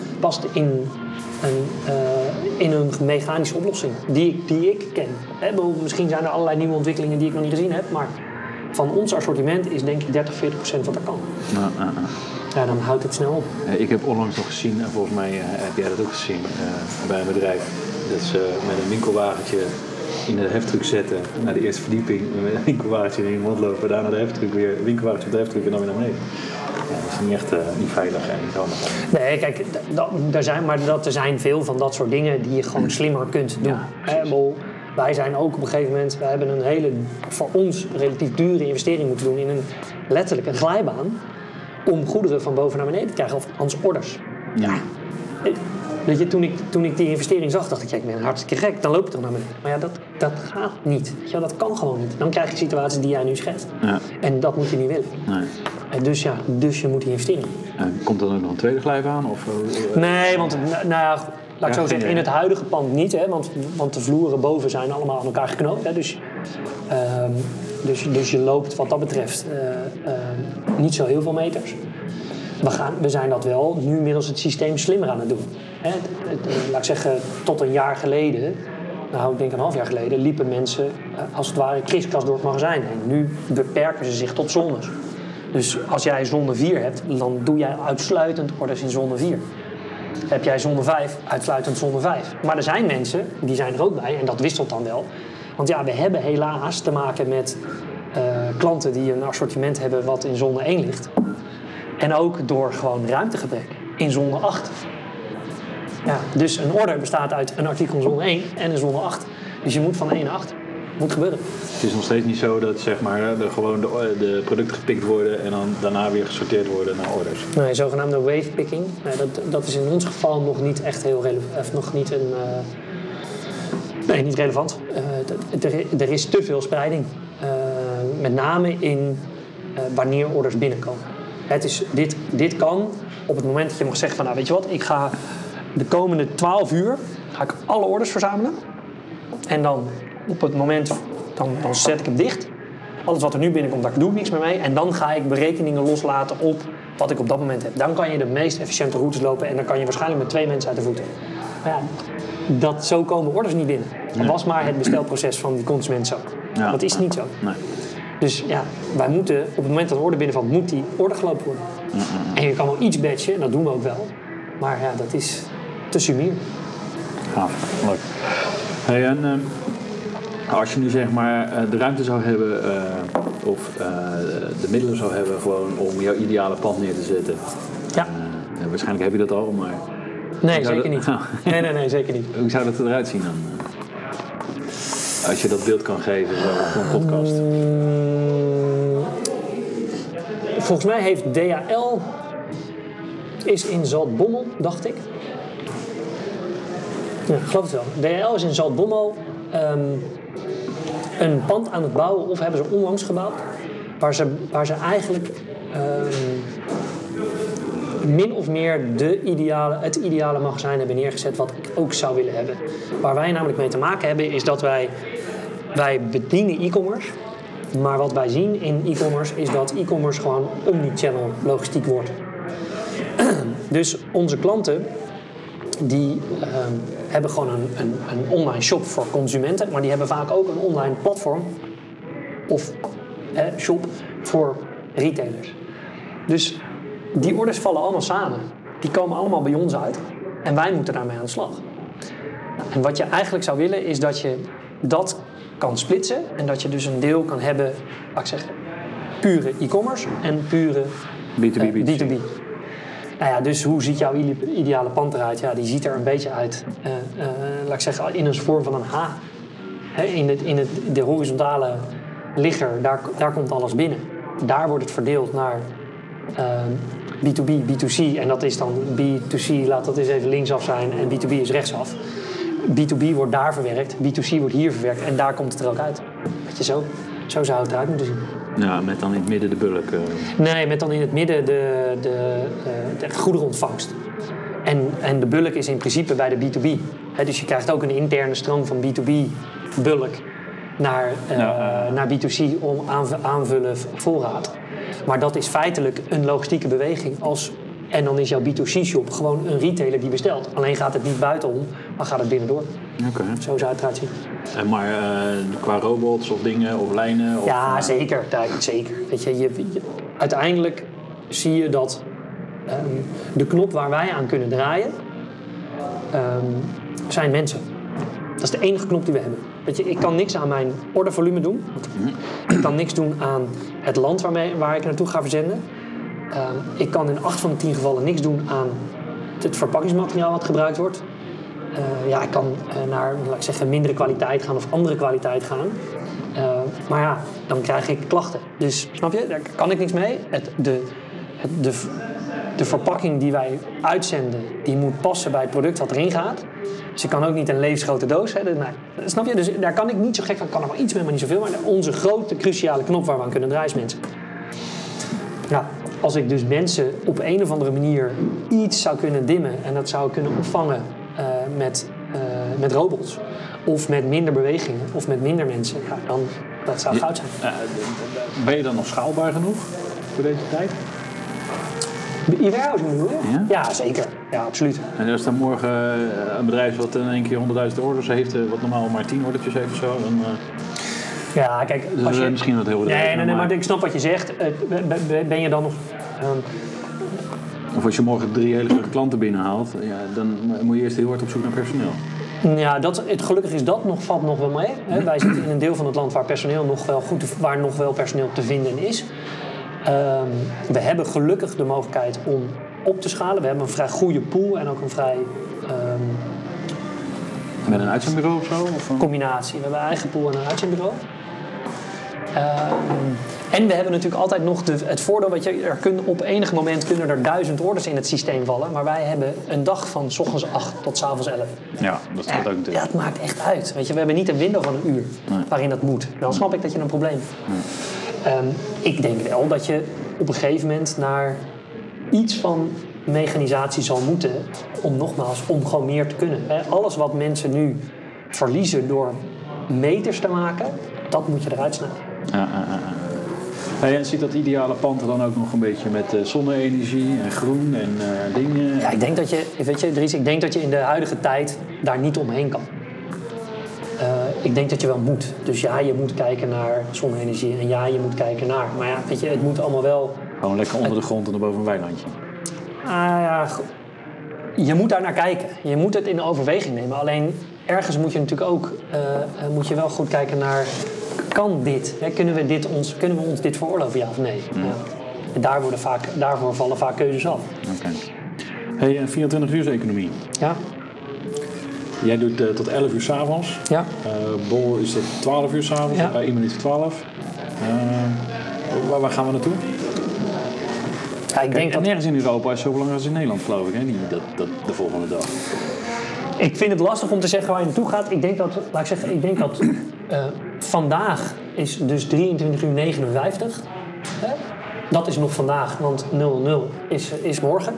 in een mechanische oplossing die ik ken. Misschien zijn er allerlei nieuwe ontwikkelingen die ik nog niet gezien heb, maar van ons assortiment is denk ik 30-40% wat er kan. Ja, dan houdt het snel op. Ik heb onlangs nog gezien, en volgens mij heb jij dat ook gezien bij een bedrijf, dat ze met een winkelwagentje in de heftruck zetten naar de eerste verdieping, met een winkelwagentje in rondlopen, daarna de heftruck weer, winkelwagentje op de heftruck en dan weer naar beneden. Ja, dat is niet echt niet veilig en niet handig. Nee, kijk, er zijn veel van dat soort dingen die je gewoon slimmer kunt doen. Ja, wij zijn ook op een gegeven moment, wij hebben een hele, voor ons relatief dure investering moeten doen in letterlijk een glijbaan om goederen van boven naar beneden te krijgen, of anders orders. Ja. Weet je, toen ik die investering zag, dacht ik ben hartstikke gek. Dan loop je toch naar beneden. Maar ja, dat gaat niet. Weet je, dat kan gewoon niet. Dan krijg je situaties die jij nu schetst. Ja. En dat moet je niet willen. Nee. En dus je moet die investering. Komt er dan ook nog een tweede glijf aan? Nee, want laat ik zo zeggen, in het huidige pand niet. Hè, want de vloeren boven zijn allemaal aan elkaar geknoopt. Hè, dus je loopt wat dat betreft niet zo heel veel meters. We zijn dat wel nu middels het systeem slimmer aan het doen. Hè, laat ik zeggen, tot een jaar geleden, nou ik denk een half jaar geleden, liepen mensen als het ware kriskras door het magazijn heen. Nu beperken ze zich tot zones. Dus als jij zone 4 hebt, dan doe jij uitsluitend orders in zone 4. Heb jij zone 5, uitsluitend zone 5. Maar er zijn mensen, die zijn er ook bij, en dat wisselt dan wel. Want ja, we hebben helaas te maken met klanten die een assortiment hebben wat in zone 1 ligt. En ook door gewoon ruimtegebrek in zone 8. Ja, dus een order bestaat uit een artikel in zone 1 en een zone 8. Dus je moet van 1 naar 8. Moet gebeuren. Het is nog steeds niet zo dat zeg maar, gewoon de producten gepikt worden en dan daarna weer gesorteerd worden naar orders. Nee, zogenaamde wave picking. Dat is in ons geval nog niet echt heel relevant. Nog niet een. Nee, niet relevant. Er is te veel spreiding. Met name in wanneer orders binnenkomen. Dit kan op het moment dat je mag zeggen van, nou weet je wat, ik ga de komende 12 uur ga ik alle orders verzamelen. En dan op het moment, dan zet ik hem dicht. Alles wat er nu binnenkomt, daar doe ik niks meer mee. En dan ga ik berekeningen loslaten op wat ik op dat moment heb. Dan kan je de meest efficiënte routes lopen en dan kan je waarschijnlijk met 2 mensen uit de voeten. Maar ja, zo komen orders niet binnen. Dat was maar het bestelproces van die consument zo. Ja. Dat is niet zo. Nee. Dus ja, wij moeten, op het moment dat een order binnenvalt, moet die order gelopen worden. En je kan wel iets batchen, en dat doen we ook wel. Maar ja, dat is te sumier. Gaaf, leuk. Hey, en als je nu zeg maar de ruimte zou hebben of de middelen zou hebben gewoon om jouw ideale pand neer te zetten. Ja. Waarschijnlijk heb je dat al, maar... Nee, zeker niet. Nee, zeker niet. Hoe zou dat eruit zien dan? Als je dat beeld kan geven voor een podcast. Volgens mij heeft DHL is in Zaltbommel, dacht ik. Ja, ik geloof het wel. DHL is in Zaltbommel een pand aan het bouwen, of hebben ze onlangs gebouwd, waar ze eigenlijk min of meer het ideale magazijn hebben neergezet wat ik ook zou willen hebben. Waar wij namelijk mee te maken hebben is dat wij bedienen e-commerce. Maar wat wij zien in e-commerce is dat e-commerce gewoon omnichannel logistiek wordt. Dus onze klanten die hebben gewoon een online shop voor consumenten, maar die hebben vaak ook een online platform of shop voor retailers. Dus die orders vallen allemaal samen. Die komen allemaal bij ons uit en wij moeten daarmee aan de slag. En wat je eigenlijk zou willen is dat je dat kan splitsen en dat je dus een deel kan hebben, laat ik zeggen, pure e-commerce en pure B2B. Nou ja, dus hoe ziet jouw ideale pand eruit? Ja, die ziet er een beetje uit, laat ik zeggen, in een vorm van een H. In de horizontale ligger, daar komt alles binnen. Daar wordt het verdeeld naar B2B, B2C. En dat is dan B2C, laat dat eens even linksaf zijn. En B2B is rechtsaf. B2B wordt daar verwerkt, B2C wordt hier verwerkt. En daar komt het er ook uit. Weet je, zo zou het eruit moeten zien. Ja, met dan in het midden de bulk. Nee, met dan in het midden de goederenontvangst. En de bulk is in principe bij de B2B. Dus je krijgt ook een interne stroom van B2B bulk naar B2C om aanvullen voorraad. Maar dat is feitelijk een logistieke beweging. En dan is jouw B2C-shop gewoon een retailer die bestelt. Alleen gaat het niet buitenom, maar gaat het binnendoor. Okay. Zo zou het eruit zien. Maar qua robots of dingen of lijnen? Ja, zeker. Zeker. Weet je, uiteindelijk zie je dat de knop waar wij aan kunnen draaien, zijn mensen. Dat is de enige knop die we hebben. Weet je, ik kan niks aan mijn ordervolume doen. Ik kan niks doen aan het land waar ik naartoe ga verzenden. Ik kan in 8 van de 10 gevallen niks doen aan het verpakkingsmateriaal wat gebruikt wordt. Ik kan naar, laat ik zeggen, mindere kwaliteit gaan of andere kwaliteit gaan. Maar ja, dan krijg ik klachten. Dus, snap je, daar kan ik niks mee. de verpakking die wij uitzenden, die moet passen bij het product wat erin gaat. Dus je kan ook niet een levensgrote doos hebben. Nee, snap je? Dus daar kan ik niet zo gek van. Ik kan er wel iets mee, maar niet zoveel. Maar onze grote, cruciale knop waar we aan kunnen draaien is mensen. Ja, als ik dus mensen op een of andere manier iets zou kunnen dimmen en dat zou kunnen opvangen met robots of met minder bewegingen of met minder mensen, ja, dan dat zou goud zijn. Ben je dan nog schaalbaar genoeg voor deze tijd? E-warehousing bedoel je? Ja? Ja, zeker. Ja, absoluut. En als dan morgen een bedrijf wat in één keer 100.000 orders heeft, wat normaal maar 10 ordertjes heeft of zo, dan... Ja, kijk, als je misschien wat heel bedrijf. Nee, maar ik snap wat je zegt. Ben je dan nog... Of als je morgen 3 hele grote klanten binnenhaalt, ja, dan moet je eerst heel hard op zoek naar personeel. Ja, gelukkig is dat valt nog wel mee. Hè. Wij zitten in een deel van het land waar nog wel personeel te vinden is. We hebben gelukkig de mogelijkheid om op te schalen. We hebben een vrij goede pool en ook een vrij... Met een uitzendbureau of zo? Of combinatie. We hebben een eigen pool en een uitzendbureau. En we hebben natuurlijk altijd nog het voordeel, weet je, op enig moment kunnen er 1000 orders in het systeem vallen, maar wij hebben een dag van 's ochtends 8 tot 's avonds 11. Ja, dat staat ook natuurlijk. Ja, dat maakt echt uit. Weet je, we hebben niet een window van een uur waarin dat moet. Dan snap ik dat je een probleem hebt. Ik denk wel dat je op een gegeven moment naar iets van mechanisatie zal moeten om gewoon meer te kunnen. Alles wat mensen nu verliezen door meters te maken, dat moet je eruit snijden. En ziet dat ideale pand er dan ook nog een beetje met zonne-energie en groen en dingen? Ja, ik denk dat Dries, in de huidige tijd daar niet omheen kan. Ik denk dat je wel moet. Dus ja, je moet kijken naar zonne-energie en ja, je moet kijken naar. Maar ja, weet je, het moet allemaal wel... Gewoon lekker onder de grond en erboven een weilandje. Je moet daar naar kijken. Je moet het in overweging nemen. Alleen ergens moet je natuurlijk ook moet je wel goed kijken naar... Kan dit? Hè? Kunnen we ons dit veroorloven, ja of nee? Ja. En daarvoor vallen vaak keuzes af. Oké. Hey, en 24-uurseconomie. Ja. Jij doet tot 11 uur 's avonds. Ja. Bol is tot 12 uur 's avonds, ja. Bij 1 minuut voor 12. Waar gaan we naartoe? Ja, ik denk dat nergens in Europa is zo belangrijk als in Nederland, geloof ik, hè? De volgende dag. Ik vind het lastig om te zeggen waar je naartoe gaat. Ik denk dat vandaag is dus 23 uur 59. Dat is nog vandaag, want 00 is morgen.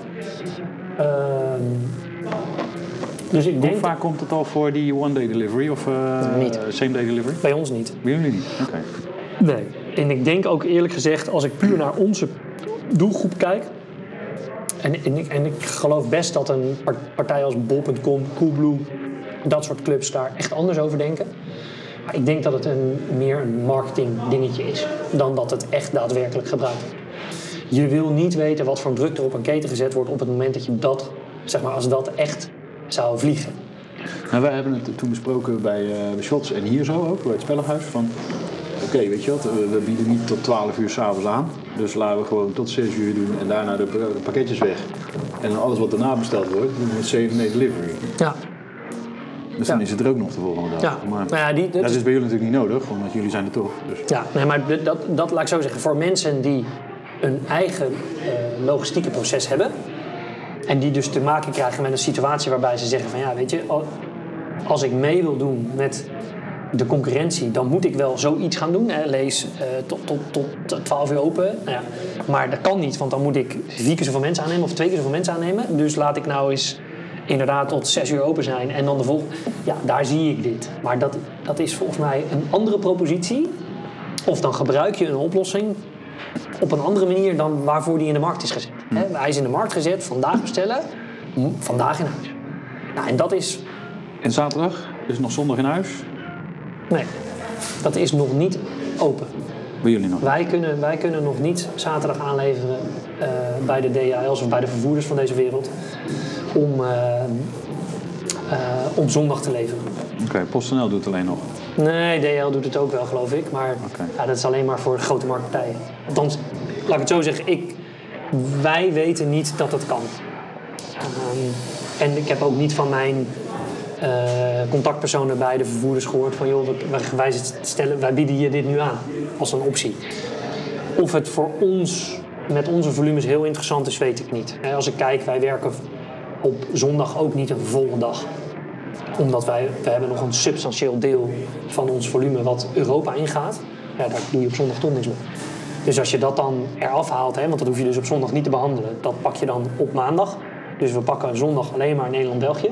Dus ik denk... Hoe vaak komt het al voor die one-day delivery of niet. Same-day delivery? Bij ons niet. Bij jullie niet? Oké. Nee. En ik denk ook eerlijk gezegd, als ik puur naar onze doelgroep kijk... En ik geloof best dat een partij als bol.com, Coolblue, dat soort clubs daar echt anders over denken. Maar ik denk dat het meer een marketing dingetje is dan dat het echt daadwerkelijk gebruikt wordt. Je wil niet weten wat voor druk er op een keten gezet wordt op het moment dat je dat, zeg maar, als dat echt zou vliegen. Nou, wij hebben het toen besproken bij Shots en hier zo ook, bij het Spellenhuis. Van oké, weet je wat, we bieden niet tot 12 uur 's avonds aan. Dus laten we gewoon tot 6 uur doen en daarna de pakketjes weg. En dan alles wat daarna besteld wordt, doen we met 7-day delivery. Ja. Dus dan is het er ook nog de volgende dag. Ja. Maar dat is bij jullie natuurlijk niet nodig, omdat jullie zijn er toch. Dus. Ja, nee, maar dat laat ik zo zeggen. Voor mensen die een eigen logistieke proces hebben... en die dus te maken krijgen met een situatie waarbij ze zeggen van... ja, weet je, als ik mee wil doen met de concurrentie... dan moet ik wel zoiets gaan doen. Lees tot 12 uur open. Nou ja, maar dat kan niet, want dan moet ik 4 keer zoveel mensen aannemen... of 2 keer zoveel mensen aannemen. Dus laat ik nou eens inderdaad tot 6 uur open zijn en dan de volgende... Ja, daar zie ik dit. Maar dat is volgens mij een andere propositie. Of dan gebruik je een oplossing op een andere manier dan waarvoor die in de markt is gezet. Hij is in de markt gezet, vandaag bestellen, vandaag in huis. Nou, en dat is... En zaterdag? Is het nog zondag in huis? Nee, dat is nog niet open. Bij jullie nog? Wij kunnen nog niet zaterdag aanleveren bij de DHL's of bij de vervoerders van deze wereld om zondag te leveren. Oké, PostNL doet het alleen nog? Nee, DHL doet het ook wel, geloof ik. Maar ja, dat is alleen maar voor grote marktpartijen. Althans, laat ik het zo zeggen, wij weten niet dat het kan. En ik heb ook niet van mijn contactpersonen bij de vervoerders gehoord van... joh, wij bieden je dit nu aan als een optie. Of het voor ons met onze volumes heel interessant is, weet ik niet. Als ik kijk, wij werken op zondag ook niet een volle dag. Omdat we hebben nog een substantieel deel van ons volume wat Europa ingaat. Ja, daar doe je op zondag toch niks mee. Dus als je dat dan eraf haalt, want dat hoef je dus op zondag niet te behandelen. Dat pak je dan op maandag. Dus we pakken zondag alleen maar Nederland-België.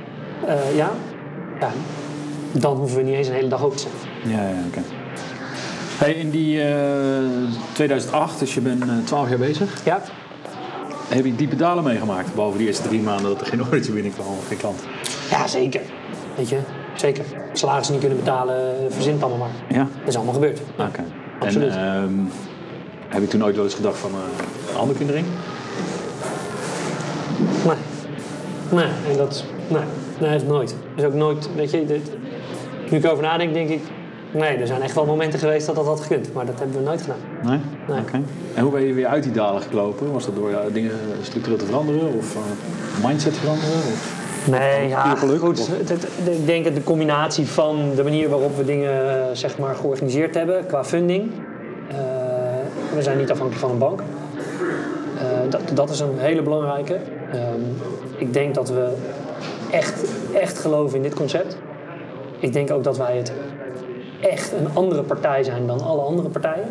Dan hoeven we niet eens een hele dag open te zijn. Ja, oké. Hey, in die 2008, dus je bent 12 jaar bezig. Ja. Heb je diepe dalen meegemaakt? Behalve die eerste 3 maanden dat er geen ordertje binnenkwam of geen klant. Ja, zeker. Weet je, zeker. Salarissen niet kunnen betalen, verzint allemaal maar. Ja? Dat is allemaal gebeurd. Oké. Absoluut. En heb je toen ooit wel eens gedacht van een handelkindering? Nee, nooit. Dus ook nooit, weet je, nu ik erover nadenk, denk ik, nee, er zijn echt wel momenten geweest dat had gekund, maar dat hebben we nooit gedaan. Nee? Oké. En hoe ben je weer uit die dalen geklopen? Was dat door dingen structureel te veranderen of mindset veranderen? Of? Nee, ja, geluk, goed. Ik denk dat de combinatie van de manier waarop we dingen zeg maar georganiseerd hebben qua funding. We zijn niet afhankelijk van een bank. Dat is een hele belangrijke. Ik denk dat we echt geloven in dit concept. Ik denk ook dat wij het echt een andere partij zijn dan alle andere partijen.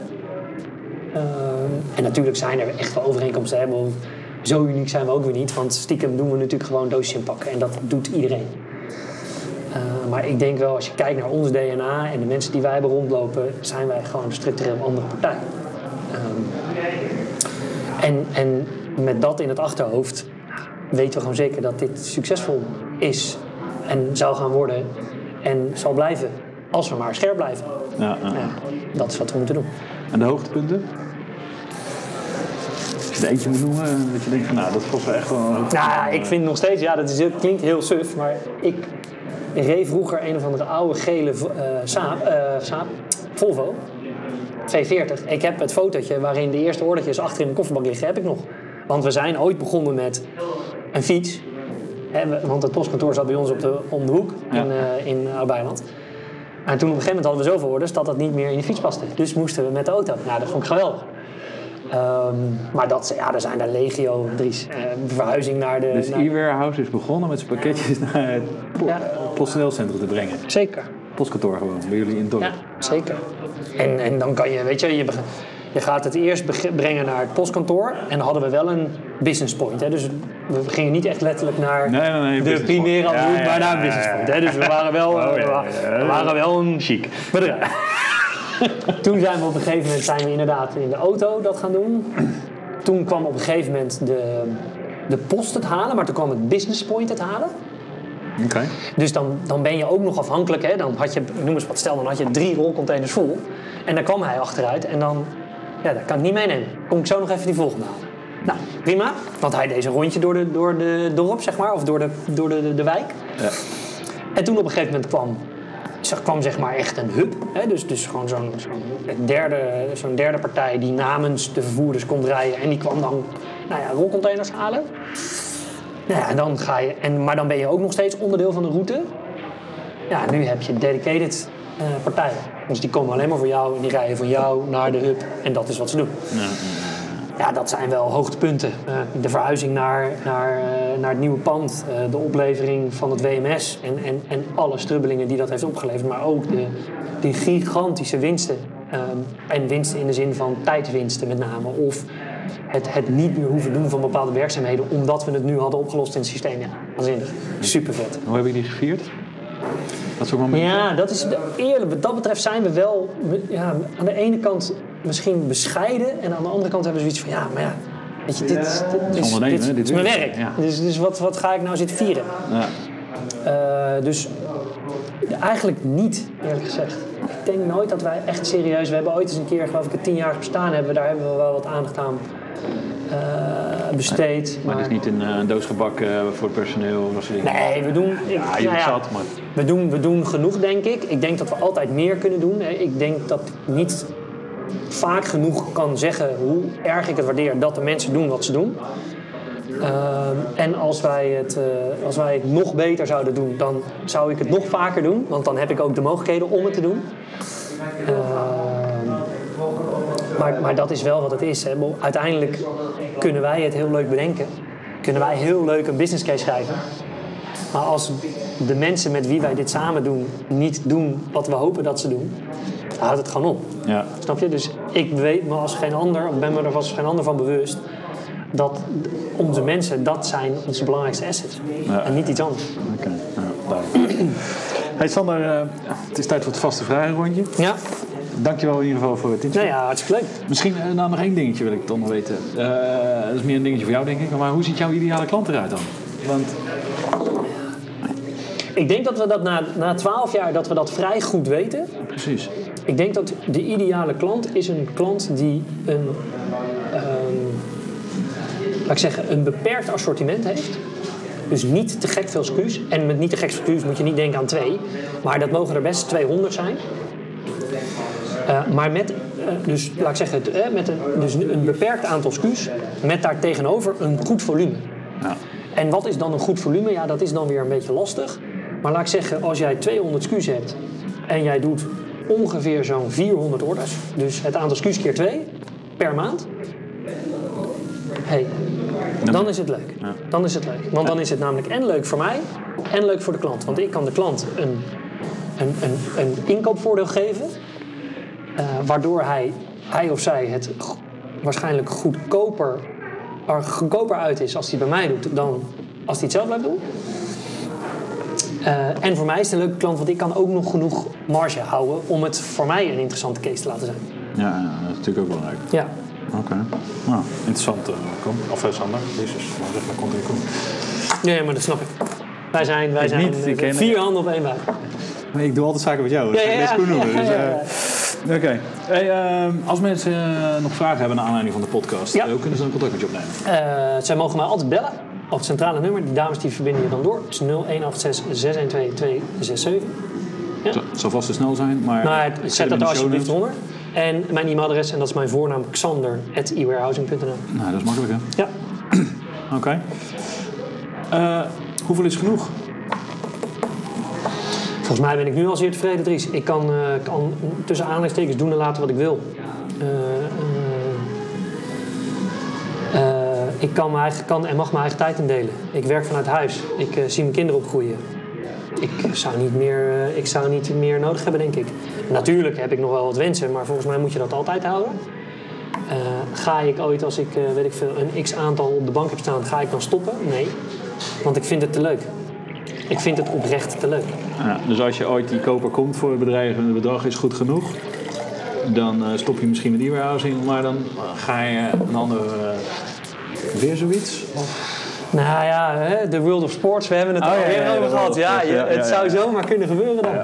En natuurlijk zijn er echt wel overeenkomsten. Hè? Zo uniek zijn we ook weer niet, want stiekem doen we natuurlijk gewoon doosjes inpakken. En dat doet iedereen. Maar ik denk wel, als je kijkt naar ons DNA en de mensen die wij hebben rondlopen, zijn wij gewoon een structureel andere partij. En met dat in het achterhoofd weten we gewoon zeker dat dit succesvol is en zou gaan worden en zal blijven. Als we maar scherp blijven. Ja. Dat is wat we moeten doen. En de hoogtepunten? Als je er eentje moet noemen, dat je denkt van dat was wel echt wel een hoogtepunt. Ik vind nog steeds, dat klinkt heel suf, maar ik reed vroeger een of andere oude gele Saab, Volvo, 240. Ik heb het fotootje waarin de eerste ordertjes achter in de kofferbak liggen, heb ik nog. Want we zijn ooit begonnen met een fiets. Want het postkantoor zat bij ons om de hoek in Oud-Beijerland. En toen op een gegeven moment hadden we zoveel orders dat niet meer in de fiets paste. Dus moesten we met de auto. Nou, dat vond ik geweldig. Maar er zijn daar legio, Dries. Verhuizing naar de... Dus e-warehouse is begonnen met zijn pakketjes naar het PostNL-centrum te brengen. Zeker. Postkantoor gewoon, bij jullie in het dorp. Ja, zeker. En dan kan je, weet je gaat het eerst brengen naar het postkantoor. En dan hadden we wel een business point. Hè? Dus we gingen niet echt letterlijk naar de primaire afdeling, maar naar een business point. Hè? Dus we waren wel een chic bedrijf. Toen zijn we op een gegeven moment inderdaad in de auto dat gaan doen. Toen kwam op een gegeven moment de post het halen, maar toen kwam het business point het halen. Okay. Dus dan ben je ook nog afhankelijk. Hè? Dan had je, noem eens wat, stel dan had je 3 rolcontainers vol. En dan kwam hij achteruit en dan, dat kan ik niet meenemen. Kom ik zo nog even die volgende halen. Nou, prima. Want hij deed een rondje door de dorp, zeg maar, of door de wijk. Ja. En toen op een gegeven moment kwam zeg maar echt een hub. Hè? Dus gewoon zo'n derde partij die namens de vervoerders kon rijden. En die kwam dan rolcontainers halen. Ja, en dan ga je, maar dan ben je ook nog steeds onderdeel van de route. Ja, nu heb je dedicated partijen. Dus die komen alleen maar voor jou en die rijden van jou naar de hub. En dat is wat ze doen. Ja, dat zijn wel hoogtepunten. De verhuizing naar het nieuwe pand. De oplevering van het WMS. En alle strubbelingen die dat heeft opgeleverd. Maar ook die gigantische winsten. En winsten in de zin van tijdswinsten met name. Of het niet meer hoeven doen van bepaalde werkzaamheden. Omdat we het nu hadden opgelost in het systeem. Ja, waanzinnig. Super vet. Hoe heb je die gevierd? Dat soort momenten? Ja, dat is eerlijk. Wat dat betreft zijn we wel aan de ene kant misschien bescheiden. En aan de andere kant hebben we zoiets van weet je, dit is mijn werk. Ja. Dus wat ga ik nou zitten vieren? Ja. Dus eigenlijk niet, eerlijk gezegd. Ik denk nooit dat wij echt serieus... We hebben ooit eens een keer, geloof ik, het 10-jarig bestaan hebben. Daar hebben we wel wat aandacht aan besteed. Maar het is niet een doos gebak voor het personeel? Nee, we doen... We doen genoeg, denk ik. Ik denk dat we altijd meer kunnen doen. Ik denk dat ik niet vaak genoeg kan zeggen hoe erg ik het waardeer dat de mensen doen wat ze doen. En als wij het nog beter zouden doen, dan zou ik het nog vaker doen. Want dan heb ik ook de mogelijkheden om het te doen. Maar dat is wel wat het is. Hè. Uiteindelijk kunnen wij het heel leuk bedenken. Kunnen wij heel leuk een business case schrijven. Maar als de mensen met wie wij dit samen doen niet doen wat we hopen dat ze doen, dan houdt het gewoon op. Ja. Snap je? Dus ik weet me als geen ander, of ben me er als geen ander van bewust, dat onze mensen, dat zijn onze belangrijkste assets. Ja. En niet iets anders. Oké, duidelijk. Hey Sander, het is tijd voor het vaste vragenrondje. Ja. Dankjewel in ieder geval voor het interview. Nou ja, hartstikke leuk. Misschien nog één dingetje wil ik toch nog weten. Dat is meer een dingetje voor jou, denk ik. Maar hoe ziet jouw ideale klant eruit dan? Want ik denk dat we dat na 12 jaar dat we dat vrij goed weten. precies. Ik denk dat de ideale klant is een klant die een beperkt assortiment heeft. Dus niet te gek veel SKU's. En met niet te gek veel SKU's moet je niet denken aan 2. Maar dat mogen er best 200 zijn. Maar met, met een beperkt aantal SKU's. Met daar tegenover een goed volume. Ja. En wat is dan een goed volume? Ja, dat is dan weer een beetje lastig. Maar laat ik zeggen, als jij 200 SKU's hebt en jij doet ongeveer zo'n 400 orders, dus het aantal SKU's keer 2 per maand, dan is het leuk. Ja. Dan is het leuk. Want dan is het namelijk en leuk voor mij en leuk voor de klant. Want ik kan de klant een inkoopvoordeel geven, waardoor hij of zij het waarschijnlijk goedkoper uit is als hij bij mij doet dan als hij het zelf blijft doen. En voor mij is het een leuke klant, want ik kan ook nog genoeg marge houden om het voor mij een interessante case te laten zijn. Ja, dat is natuurlijk ook belangrijk. Ja. Oké. Nou, interessant. Sander. Jezus, zeg maar, komt er niet goed. Nee, maar dat snap ik. Wij zijn niet, 4 handen op één buik. Maar ik doe altijd zaken met jou. Dat is best goed noemen. Oké. Hey, als mensen nog vragen hebben naar aanleiding van de podcast, hoe kunnen ze dan contact met je opnemen? Zij mogen mij altijd bellen op het centrale nummer. Die dames die verbinden je dan door. Het is 0186 612 267. Ja. Het zal vast te snel zijn, maar... Nou, zet dat er alsjeblieft onder. En mijn e-mailadres, en dat is mijn voornaam, xander@ewarehousing.nl. Nou, dat is makkelijk, hè? Ja. Oké. Hoeveel is genoeg? Volgens mij ben ik nu al zeer tevreden, Dries. Ik kan tussen aanhalingstekens doen en laten wat ik wil. Ik kan en mag mijn eigen tijd indelen. Ik werk vanuit huis. Ik zie mijn kinderen opgroeien. Ik zou niet meer nodig hebben, denk ik. Natuurlijk heb ik nog wel wat wensen, maar volgens mij moet je dat altijd houden. Ga ik ooit, als ik een x-aantal op de bank heb staan, ga ik dan stoppen? Nee, want ik vind het te leuk. Ik vind het oprecht te leuk. Ja, dus als je ooit die koper komt voor het bedrijf en het bedrag is goed genoeg, dan stop je misschien met e-warehousing, maar dan ga je een ander... weer zoiets? Of? Nou ja, de World of Sports, we hebben het alweer over gehad. Het zou zomaar kunnen gebeuren dan.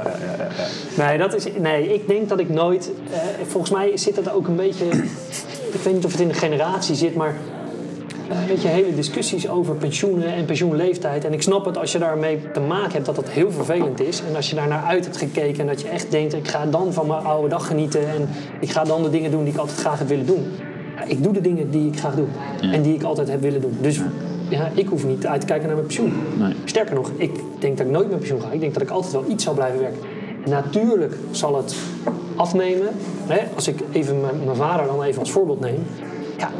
Nee, ik denk dat ik nooit... volgens mij zit het ook een beetje... Ik weet niet of het in de generatie zit, maar... weet je, hele discussies over pensioenen en pensioenleeftijd. En ik snap het als je daarmee te maken hebt dat dat heel vervelend is. En als je daar naar uit hebt gekeken en dat je echt denkt... ik ga dan van mijn oude dag genieten en ik ga dan de dingen doen die ik altijd graag heb willen doen. Ja, ik doe de dingen die ik graag doe en die ik altijd heb willen doen. Dus ik hoef niet uit te kijken naar mijn pensioen. Nee. Sterker nog, ik denk dat ik nooit met pensioen ga. Ik denk dat ik altijd wel iets zal blijven werken. Natuurlijk zal het afnemen. Als ik even mijn vader dan even als voorbeeld neem... Ja,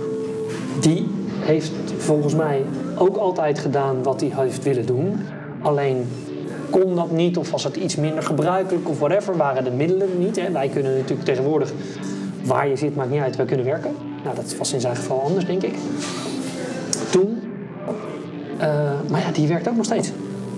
die heeft volgens mij ook altijd gedaan wat hij heeft willen doen. Alleen kon dat niet of was het iets minder gebruikelijk of whatever. Waren de middelen niet. Hè. Wij kunnen natuurlijk tegenwoordig, waar je zit maakt niet uit, wij kunnen werken. Nou, dat was in zijn geval anders, denk ik. Toen. Maar ja, die werkt ook nog steeds.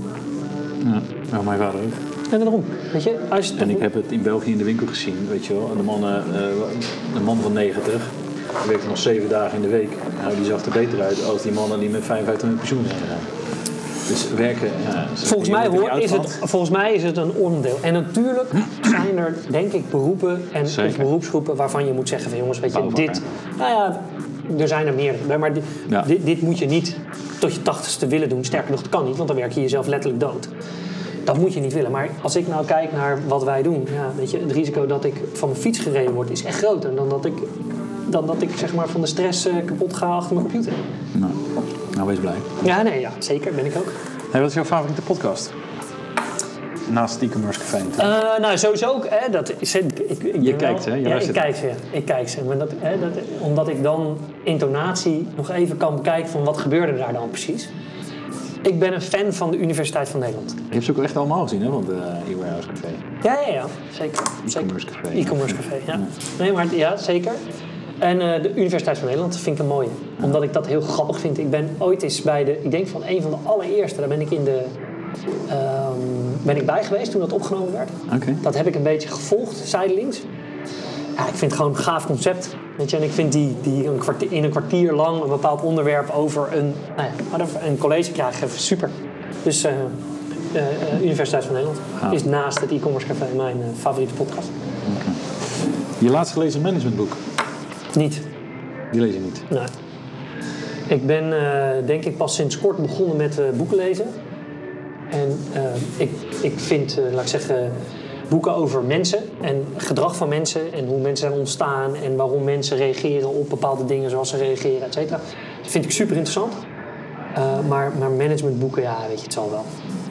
Ja, mijn vader ook. En daarom, weet je. En ik heb het in België in de winkel gezien, weet je wel. De man van 90... Die werkte nog 7 dagen in de week. Nou, die zag er beter uit als die mannen die met 55 met pensioen zijn gegaan. Dus werken... Ja, volgens mij is het een onderdeel. En natuurlijk zijn er, denk ik, beroepen en beroepsgroepen waarvan je moet zeggen van jongens, weet je, dit... Nou ja, er zijn er meer. Maar dit moet je niet tot je 80ste willen doen. Sterker nog, dat kan niet, want dan werk je jezelf letterlijk dood. Dat moet je niet willen. Maar als ik nou kijk naar wat wij doen... Ja, weet je, het risico dat ik van mijn fiets gereden word is echt groter dan dat ik zeg maar van de stress kapot ga achter mijn computer. Nou, wees blij. Ja, zeker. Ben ik ook. Hey, wat is jouw favoriete podcast? naast het e-commerce café? Nou, sowieso ook. Je kijkt ze, hè? Ik kijk ze. Maar omdat ik dan intonatie nog even kan bekijken van wat gebeurde daar dan precies. Ik ben een fan van de Universiteit van Nederland. Je hebt ze ook echt allemaal gezien, hè? Van de e-warehouse café. Ja. Zeker. E-commerce café. E-commerce café, ja. Nee, maar ja, zeker. En de Universiteit van Nederland vind ik een mooie. Omdat ik dat heel grappig vind. Ik ben ooit eens ik denk van een van de allereerste, daar ben ik ben ik bij geweest toen dat opgenomen werd. Okay. Dat heb ik een beetje gevolgd, zijdelings. Ja, ik vind het gewoon een gaaf concept. Weet je? En ik vind die in een kwartier lang een bepaald onderwerp over een college krijgen super. Dus Universiteit van Nederland is naast het e-commerce café mijn favoriete podcast. Okay. Je laatst gelezen managementboek? Niet. Die lees je niet? Nee. Ik ben denk ik pas sinds kort begonnen met boeken lezen. En ik vind, laat ik zeggen, boeken over mensen en gedrag van mensen en hoe mensen zijn ontstaan en waarom mensen reageren op bepaalde dingen zoals ze reageren, et cetera. Dat vind ik super interessant. Maar managementboeken, ja, weet je, het zal wel.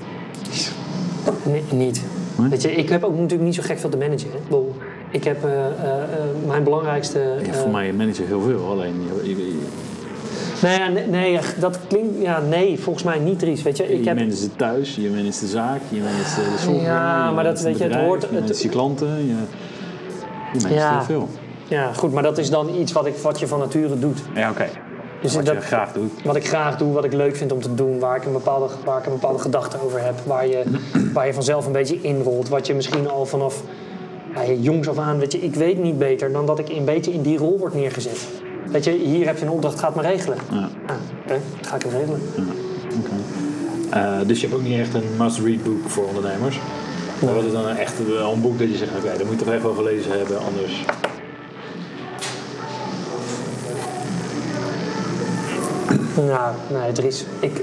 Nee, niet. Nee? Weet je, ik heb ook natuurlijk niet zo gek veel te managen. Hè. Ik heb mijn belangrijkste... voor mij manage heel veel, alleen... Nee, dat klinkt... Ja, nee, volgens mij niet, Dries. Weet je, je managt het thuis, je managt de zaak, je managt de software, ja, maar dat, weet je, het hoort... Je managt je klanten, je managt heel veel. Ja, goed, maar dat is dan iets wat je van nature doet. Ja, oké. Dus wat je graag doet. Wat ik graag doe, wat ik leuk vind om te doen, waar ik een bepaalde gedachte over heb, waar je vanzelf een beetje inrolt, wat je misschien al vanaf je jongs af aan, weet je, ik weet niet beter dan dat ik een beetje in die rol word neergezet. Weet je, hier heb je een opdracht, ga het maar regelen. Ja. Dat ga ik het regelen. Ja. Okay. Dus je hebt ook niet echt een must-read boek voor ondernemers? Nee. Wat is dan echt een boek dat je zegt, oké, daar moet je toch echt wel gelezen hebben, anders... Nou, nee, Dries.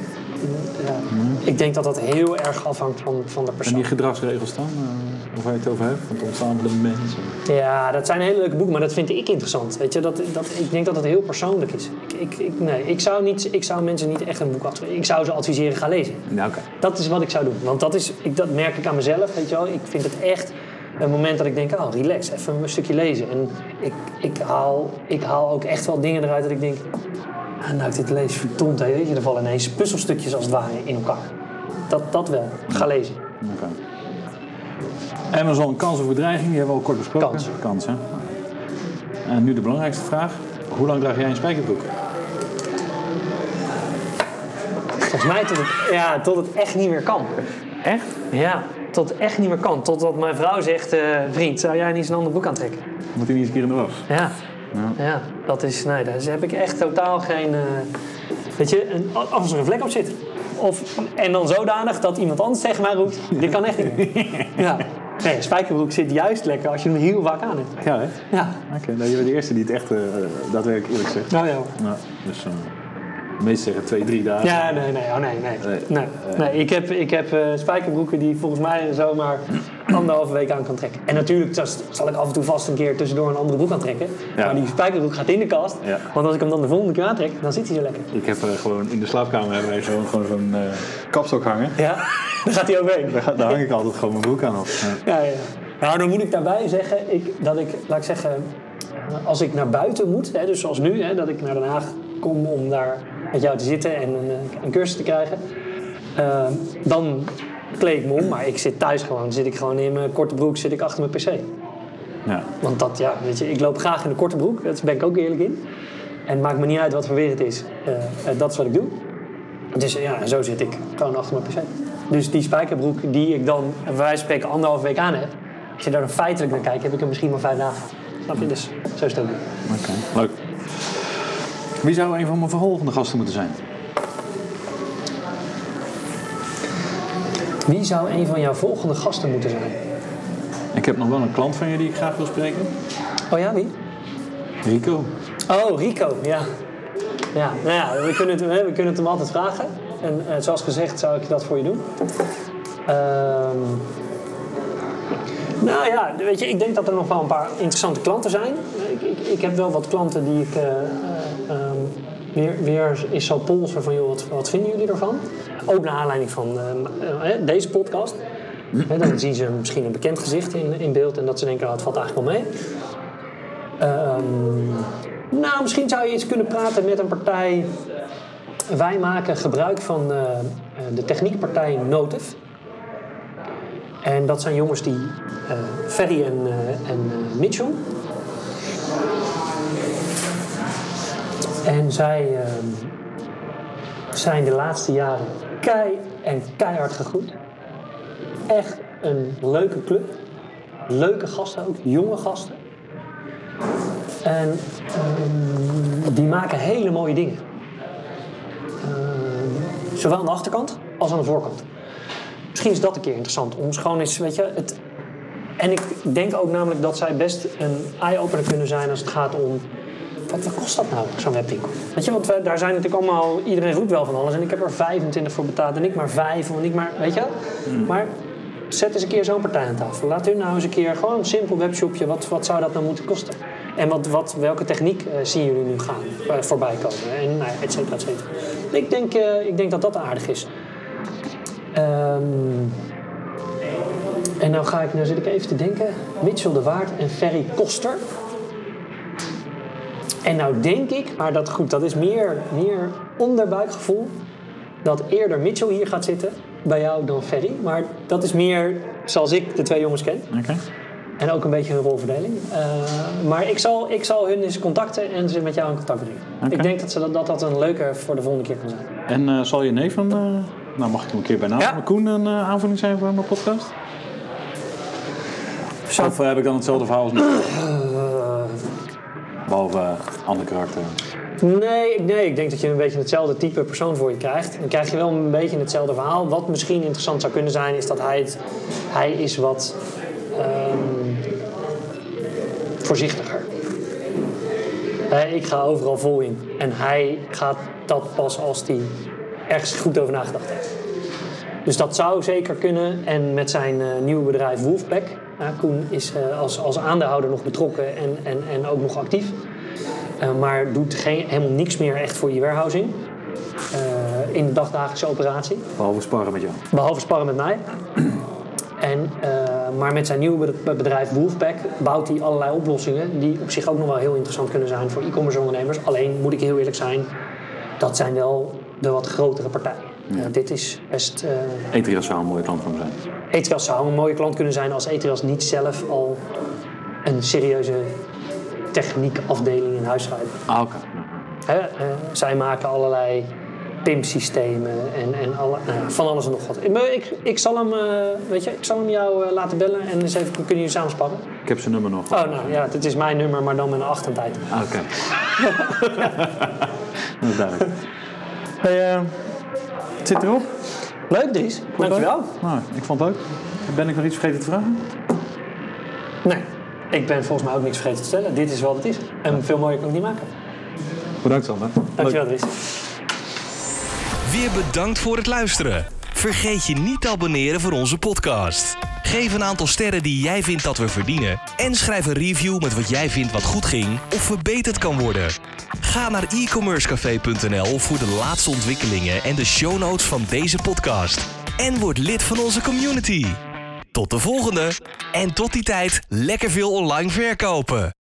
Ik denk dat dat heel erg afhangt van de persoon. En die gedragsregels dan? Of waar je het over hebt? Van het ontstaan van de mensen? Ja, dat zijn hele leuke boeken, maar dat vind ik interessant. Weet je, ik denk dat het heel persoonlijk is. Ik zou mensen niet echt een boek adviseren. Ik zou ze adviseren, ga lezen. Ja, okay. Dat is wat ik zou doen. Want dat merk ik aan mezelf. Weet je wel. Ik vind het echt een moment dat ik denk, relax, even een stukje lezen. En ik haal ook echt wel dingen eruit dat ik denk... Nou, ik dit lees, verdomd, weet je, er vallen ineens puzzelstukjes als het ware in elkaar. Dat wel. Ga lezen. Okay. Amazon, kans of bedreiging, die hebben we al kort besproken. Kans, hè? En nu de belangrijkste vraag. Hoe lang draag jij een spijkerbroek? Volgens mij tot het echt niet meer kan. Echt? Ja, tot het echt niet meer kan. Totdat mijn vrouw zegt, vriend, zou jij niet eens een ander broek aantrekken? Moet hij niet eens een keer in de was? Ja. Ja, dat is... Nee, daar heb ik echt totaal geen... weet je, als er een vlek op zit. En dan zodanig dat iemand anders tegen mij roept... Dit kan echt niet meer. Ja. Nee, een spijkerbroek zit juist lekker als je hem heel vaak aan hebt. Ja, hè? Ja. Oké, nou, je bent de eerste die het echt daadwerkelijk eerlijk zegt. Nou ja. Nou, dus de meesten zeggen 2-3 dagen. Ja, nee. Ik heb spijkerbroeken die volgens mij zomaar 1,5 week aan kan trekken. En natuurlijk zal ik af en toe vast een keer tussendoor een andere broek aantrekken. Ja. Maar die spijkerbroek gaat in de kast. Ja. Want als ik hem dan de volgende keer aantrek, dan zit hij zo lekker. Ik heb gewoon in de slaapkamer hebben wij gewoon zo'n kapstok hangen. Ja, daar gaat hij overheen. Daar hang ik altijd gewoon mijn broek aan op. Ja. Nou, dan moet ik daarbij zeggen laat ik zeggen, als ik naar buiten moet, hè, dus zoals nu, hè, dat ik naar Den Haag kom om daar met jou te zitten en een cursus te krijgen, dan kleed ik me om, maar ik zit thuis gewoon. Dan zit ik gewoon in mijn korte broek, zit ik achter mijn pc. Ja. Want weet je, ik loop graag in de korte broek, daar ben ik ook eerlijk in. En het maakt me niet uit wat voor weer het is. Dat is wat ik doe. Dus zo zit ik gewoon achter mijn pc. Dus die spijkerbroek die ik dan, bij wijze van spreken, 1,5 week aan heb, als je daar dan feitelijk naar kijkt, heb ik er misschien maar 5 dagen. Snap je? Dus zo is het ook. Oké, leuk. Wie zou een van mijn volgende gasten moeten zijn? Wie zou een van jouw volgende gasten moeten zijn? Ik heb nog wel een klant van je die ik graag wil spreken. Oh ja, wie? Rico. Oh, Rico, ja. Ja, nou ja, we kunnen het hem altijd vragen. En zoals gezegd zou ik dat voor je doen. Nou ja, weet je, ik denk dat er nog wel een paar interessante klanten zijn. Ik heb wel wat klanten die ik weer eens zal polsen van, joh, wat vinden jullie ervan? Ook naar aanleiding van deze podcast. Dan zien ze misschien een bekend gezicht in beeld en dat ze denken, het valt eigenlijk wel mee. Nou, misschien zou je eens kunnen praten met een partij. Wij maken gebruik van de techniekpartij Notif. En dat zijn jongens die Ferry en Mitchell. En zij zijn de laatste jaren keihard gegroeid. Echt een leuke club. Leuke gasten ook, jonge gasten. En die maken hele mooie dingen. Zowel aan de achterkant als aan de voorkant. Misschien is dat een keer interessant. Om gewoon eens, weet je... En ik denk ook namelijk dat zij best een eye-opener kunnen zijn als het gaat om... Wat kost dat nou, zo'n webwinkel? Weet je, want daar zijn natuurlijk allemaal... Iedereen roept wel van alles en ik heb er 25 voor betaald en ik maar 5 en ik maar... Weet je? Maar zet eens een keer zo'n partij aan tafel. Laat hun nou eens een keer gewoon een simpel webshopje. Wat zou dat nou moeten kosten? En welke techniek zien jullie nu gaan voorbij komen? En nou, et cetera, et cetera. Ik denk dat dat aardig is. En nou zit ik even te denken. Mitchell de Waard en Ferry Koster. En nou denk ik, maar dat is meer onderbuikgevoel... dat eerder Mitchell hier gaat zitten bij jou dan Ferry. Maar dat is meer zoals ik de twee jongens ken. Okay. En ook een beetje hun rolverdeling. Maar ik zal hun eens contacten en ze met jou in contact brengen. Okay. Ik denk dat een leuke voor de volgende keer kan zijn. En zal je neef nou mag ik hem een keer bij naam. Ja. Koen een aanvulling zijn voor mijn podcast? Of heb ik dan hetzelfde verhaal als nu? Behalve ander karakter. Nee, ik denk dat je een beetje hetzelfde type persoon voor je krijgt. Dan krijg je wel een beetje hetzelfde verhaal. Wat misschien interessant zou kunnen zijn, is dat hij is wat voorzichtiger. Ik ga overal vol in. En hij gaat dat pas als hij ergens goed over nagedacht heeft. Dus dat zou zeker kunnen. En met zijn nieuwe bedrijf Wolfpack. Koen is als aandeelhouder nog betrokken en ook nog actief. Maar doet helemaal niks meer echt voor e-warehousing. In de dagdagelijkse operatie. Behalve sparren met jou. Behalve sparren met mij. Maar met zijn nieuwe bedrijf Wolfpack bouwt hij allerlei oplossingen... die op zich ook nog wel heel interessant kunnen zijn voor e-commerce ondernemers. Alleen, moet ik heel eerlijk zijn, dat zijn wel de wat grotere partijen. Ja. Dit is best... Etrias zou een mooie klant kunnen zijn. Etrias zou een mooie klant kunnen zijn als Etrias niet zelf al een serieuze techniekafdeling in huis zou hebben. Oké. Zij maken allerlei PIM-systemen en van alles en nog wat. Ik zal hem jou laten bellen en eens even kunnen jullie samen sparren. Ik heb zijn nummer nog. Oh, nou ja, dit is mijn nummer, maar dan met een 8 aan het eind. Oké. Dat is duidelijk. Hey, het zit erop. Leuk, Dries. Dankjewel. Nou, ik vond het leuk. Ben ik nog iets vergeten te vragen? Nee, ik ben volgens mij ook niks vergeten te stellen. Dit is wat het is. En veel mooier kan ik niet maken. Bedankt, Sander. Dankjewel, Dries. Weer bedankt voor het luisteren. Vergeet je niet te abonneren voor onze podcast. Geef een aantal sterren die jij vindt dat we verdienen. En schrijf een review met wat jij vindt wat goed ging of verbeterd kan worden. Ga naar e-commercecafé.nl voor de laatste ontwikkelingen en de show notes van deze podcast. En word lid van onze community. Tot de volgende. En tot die tijd lekker veel online verkopen.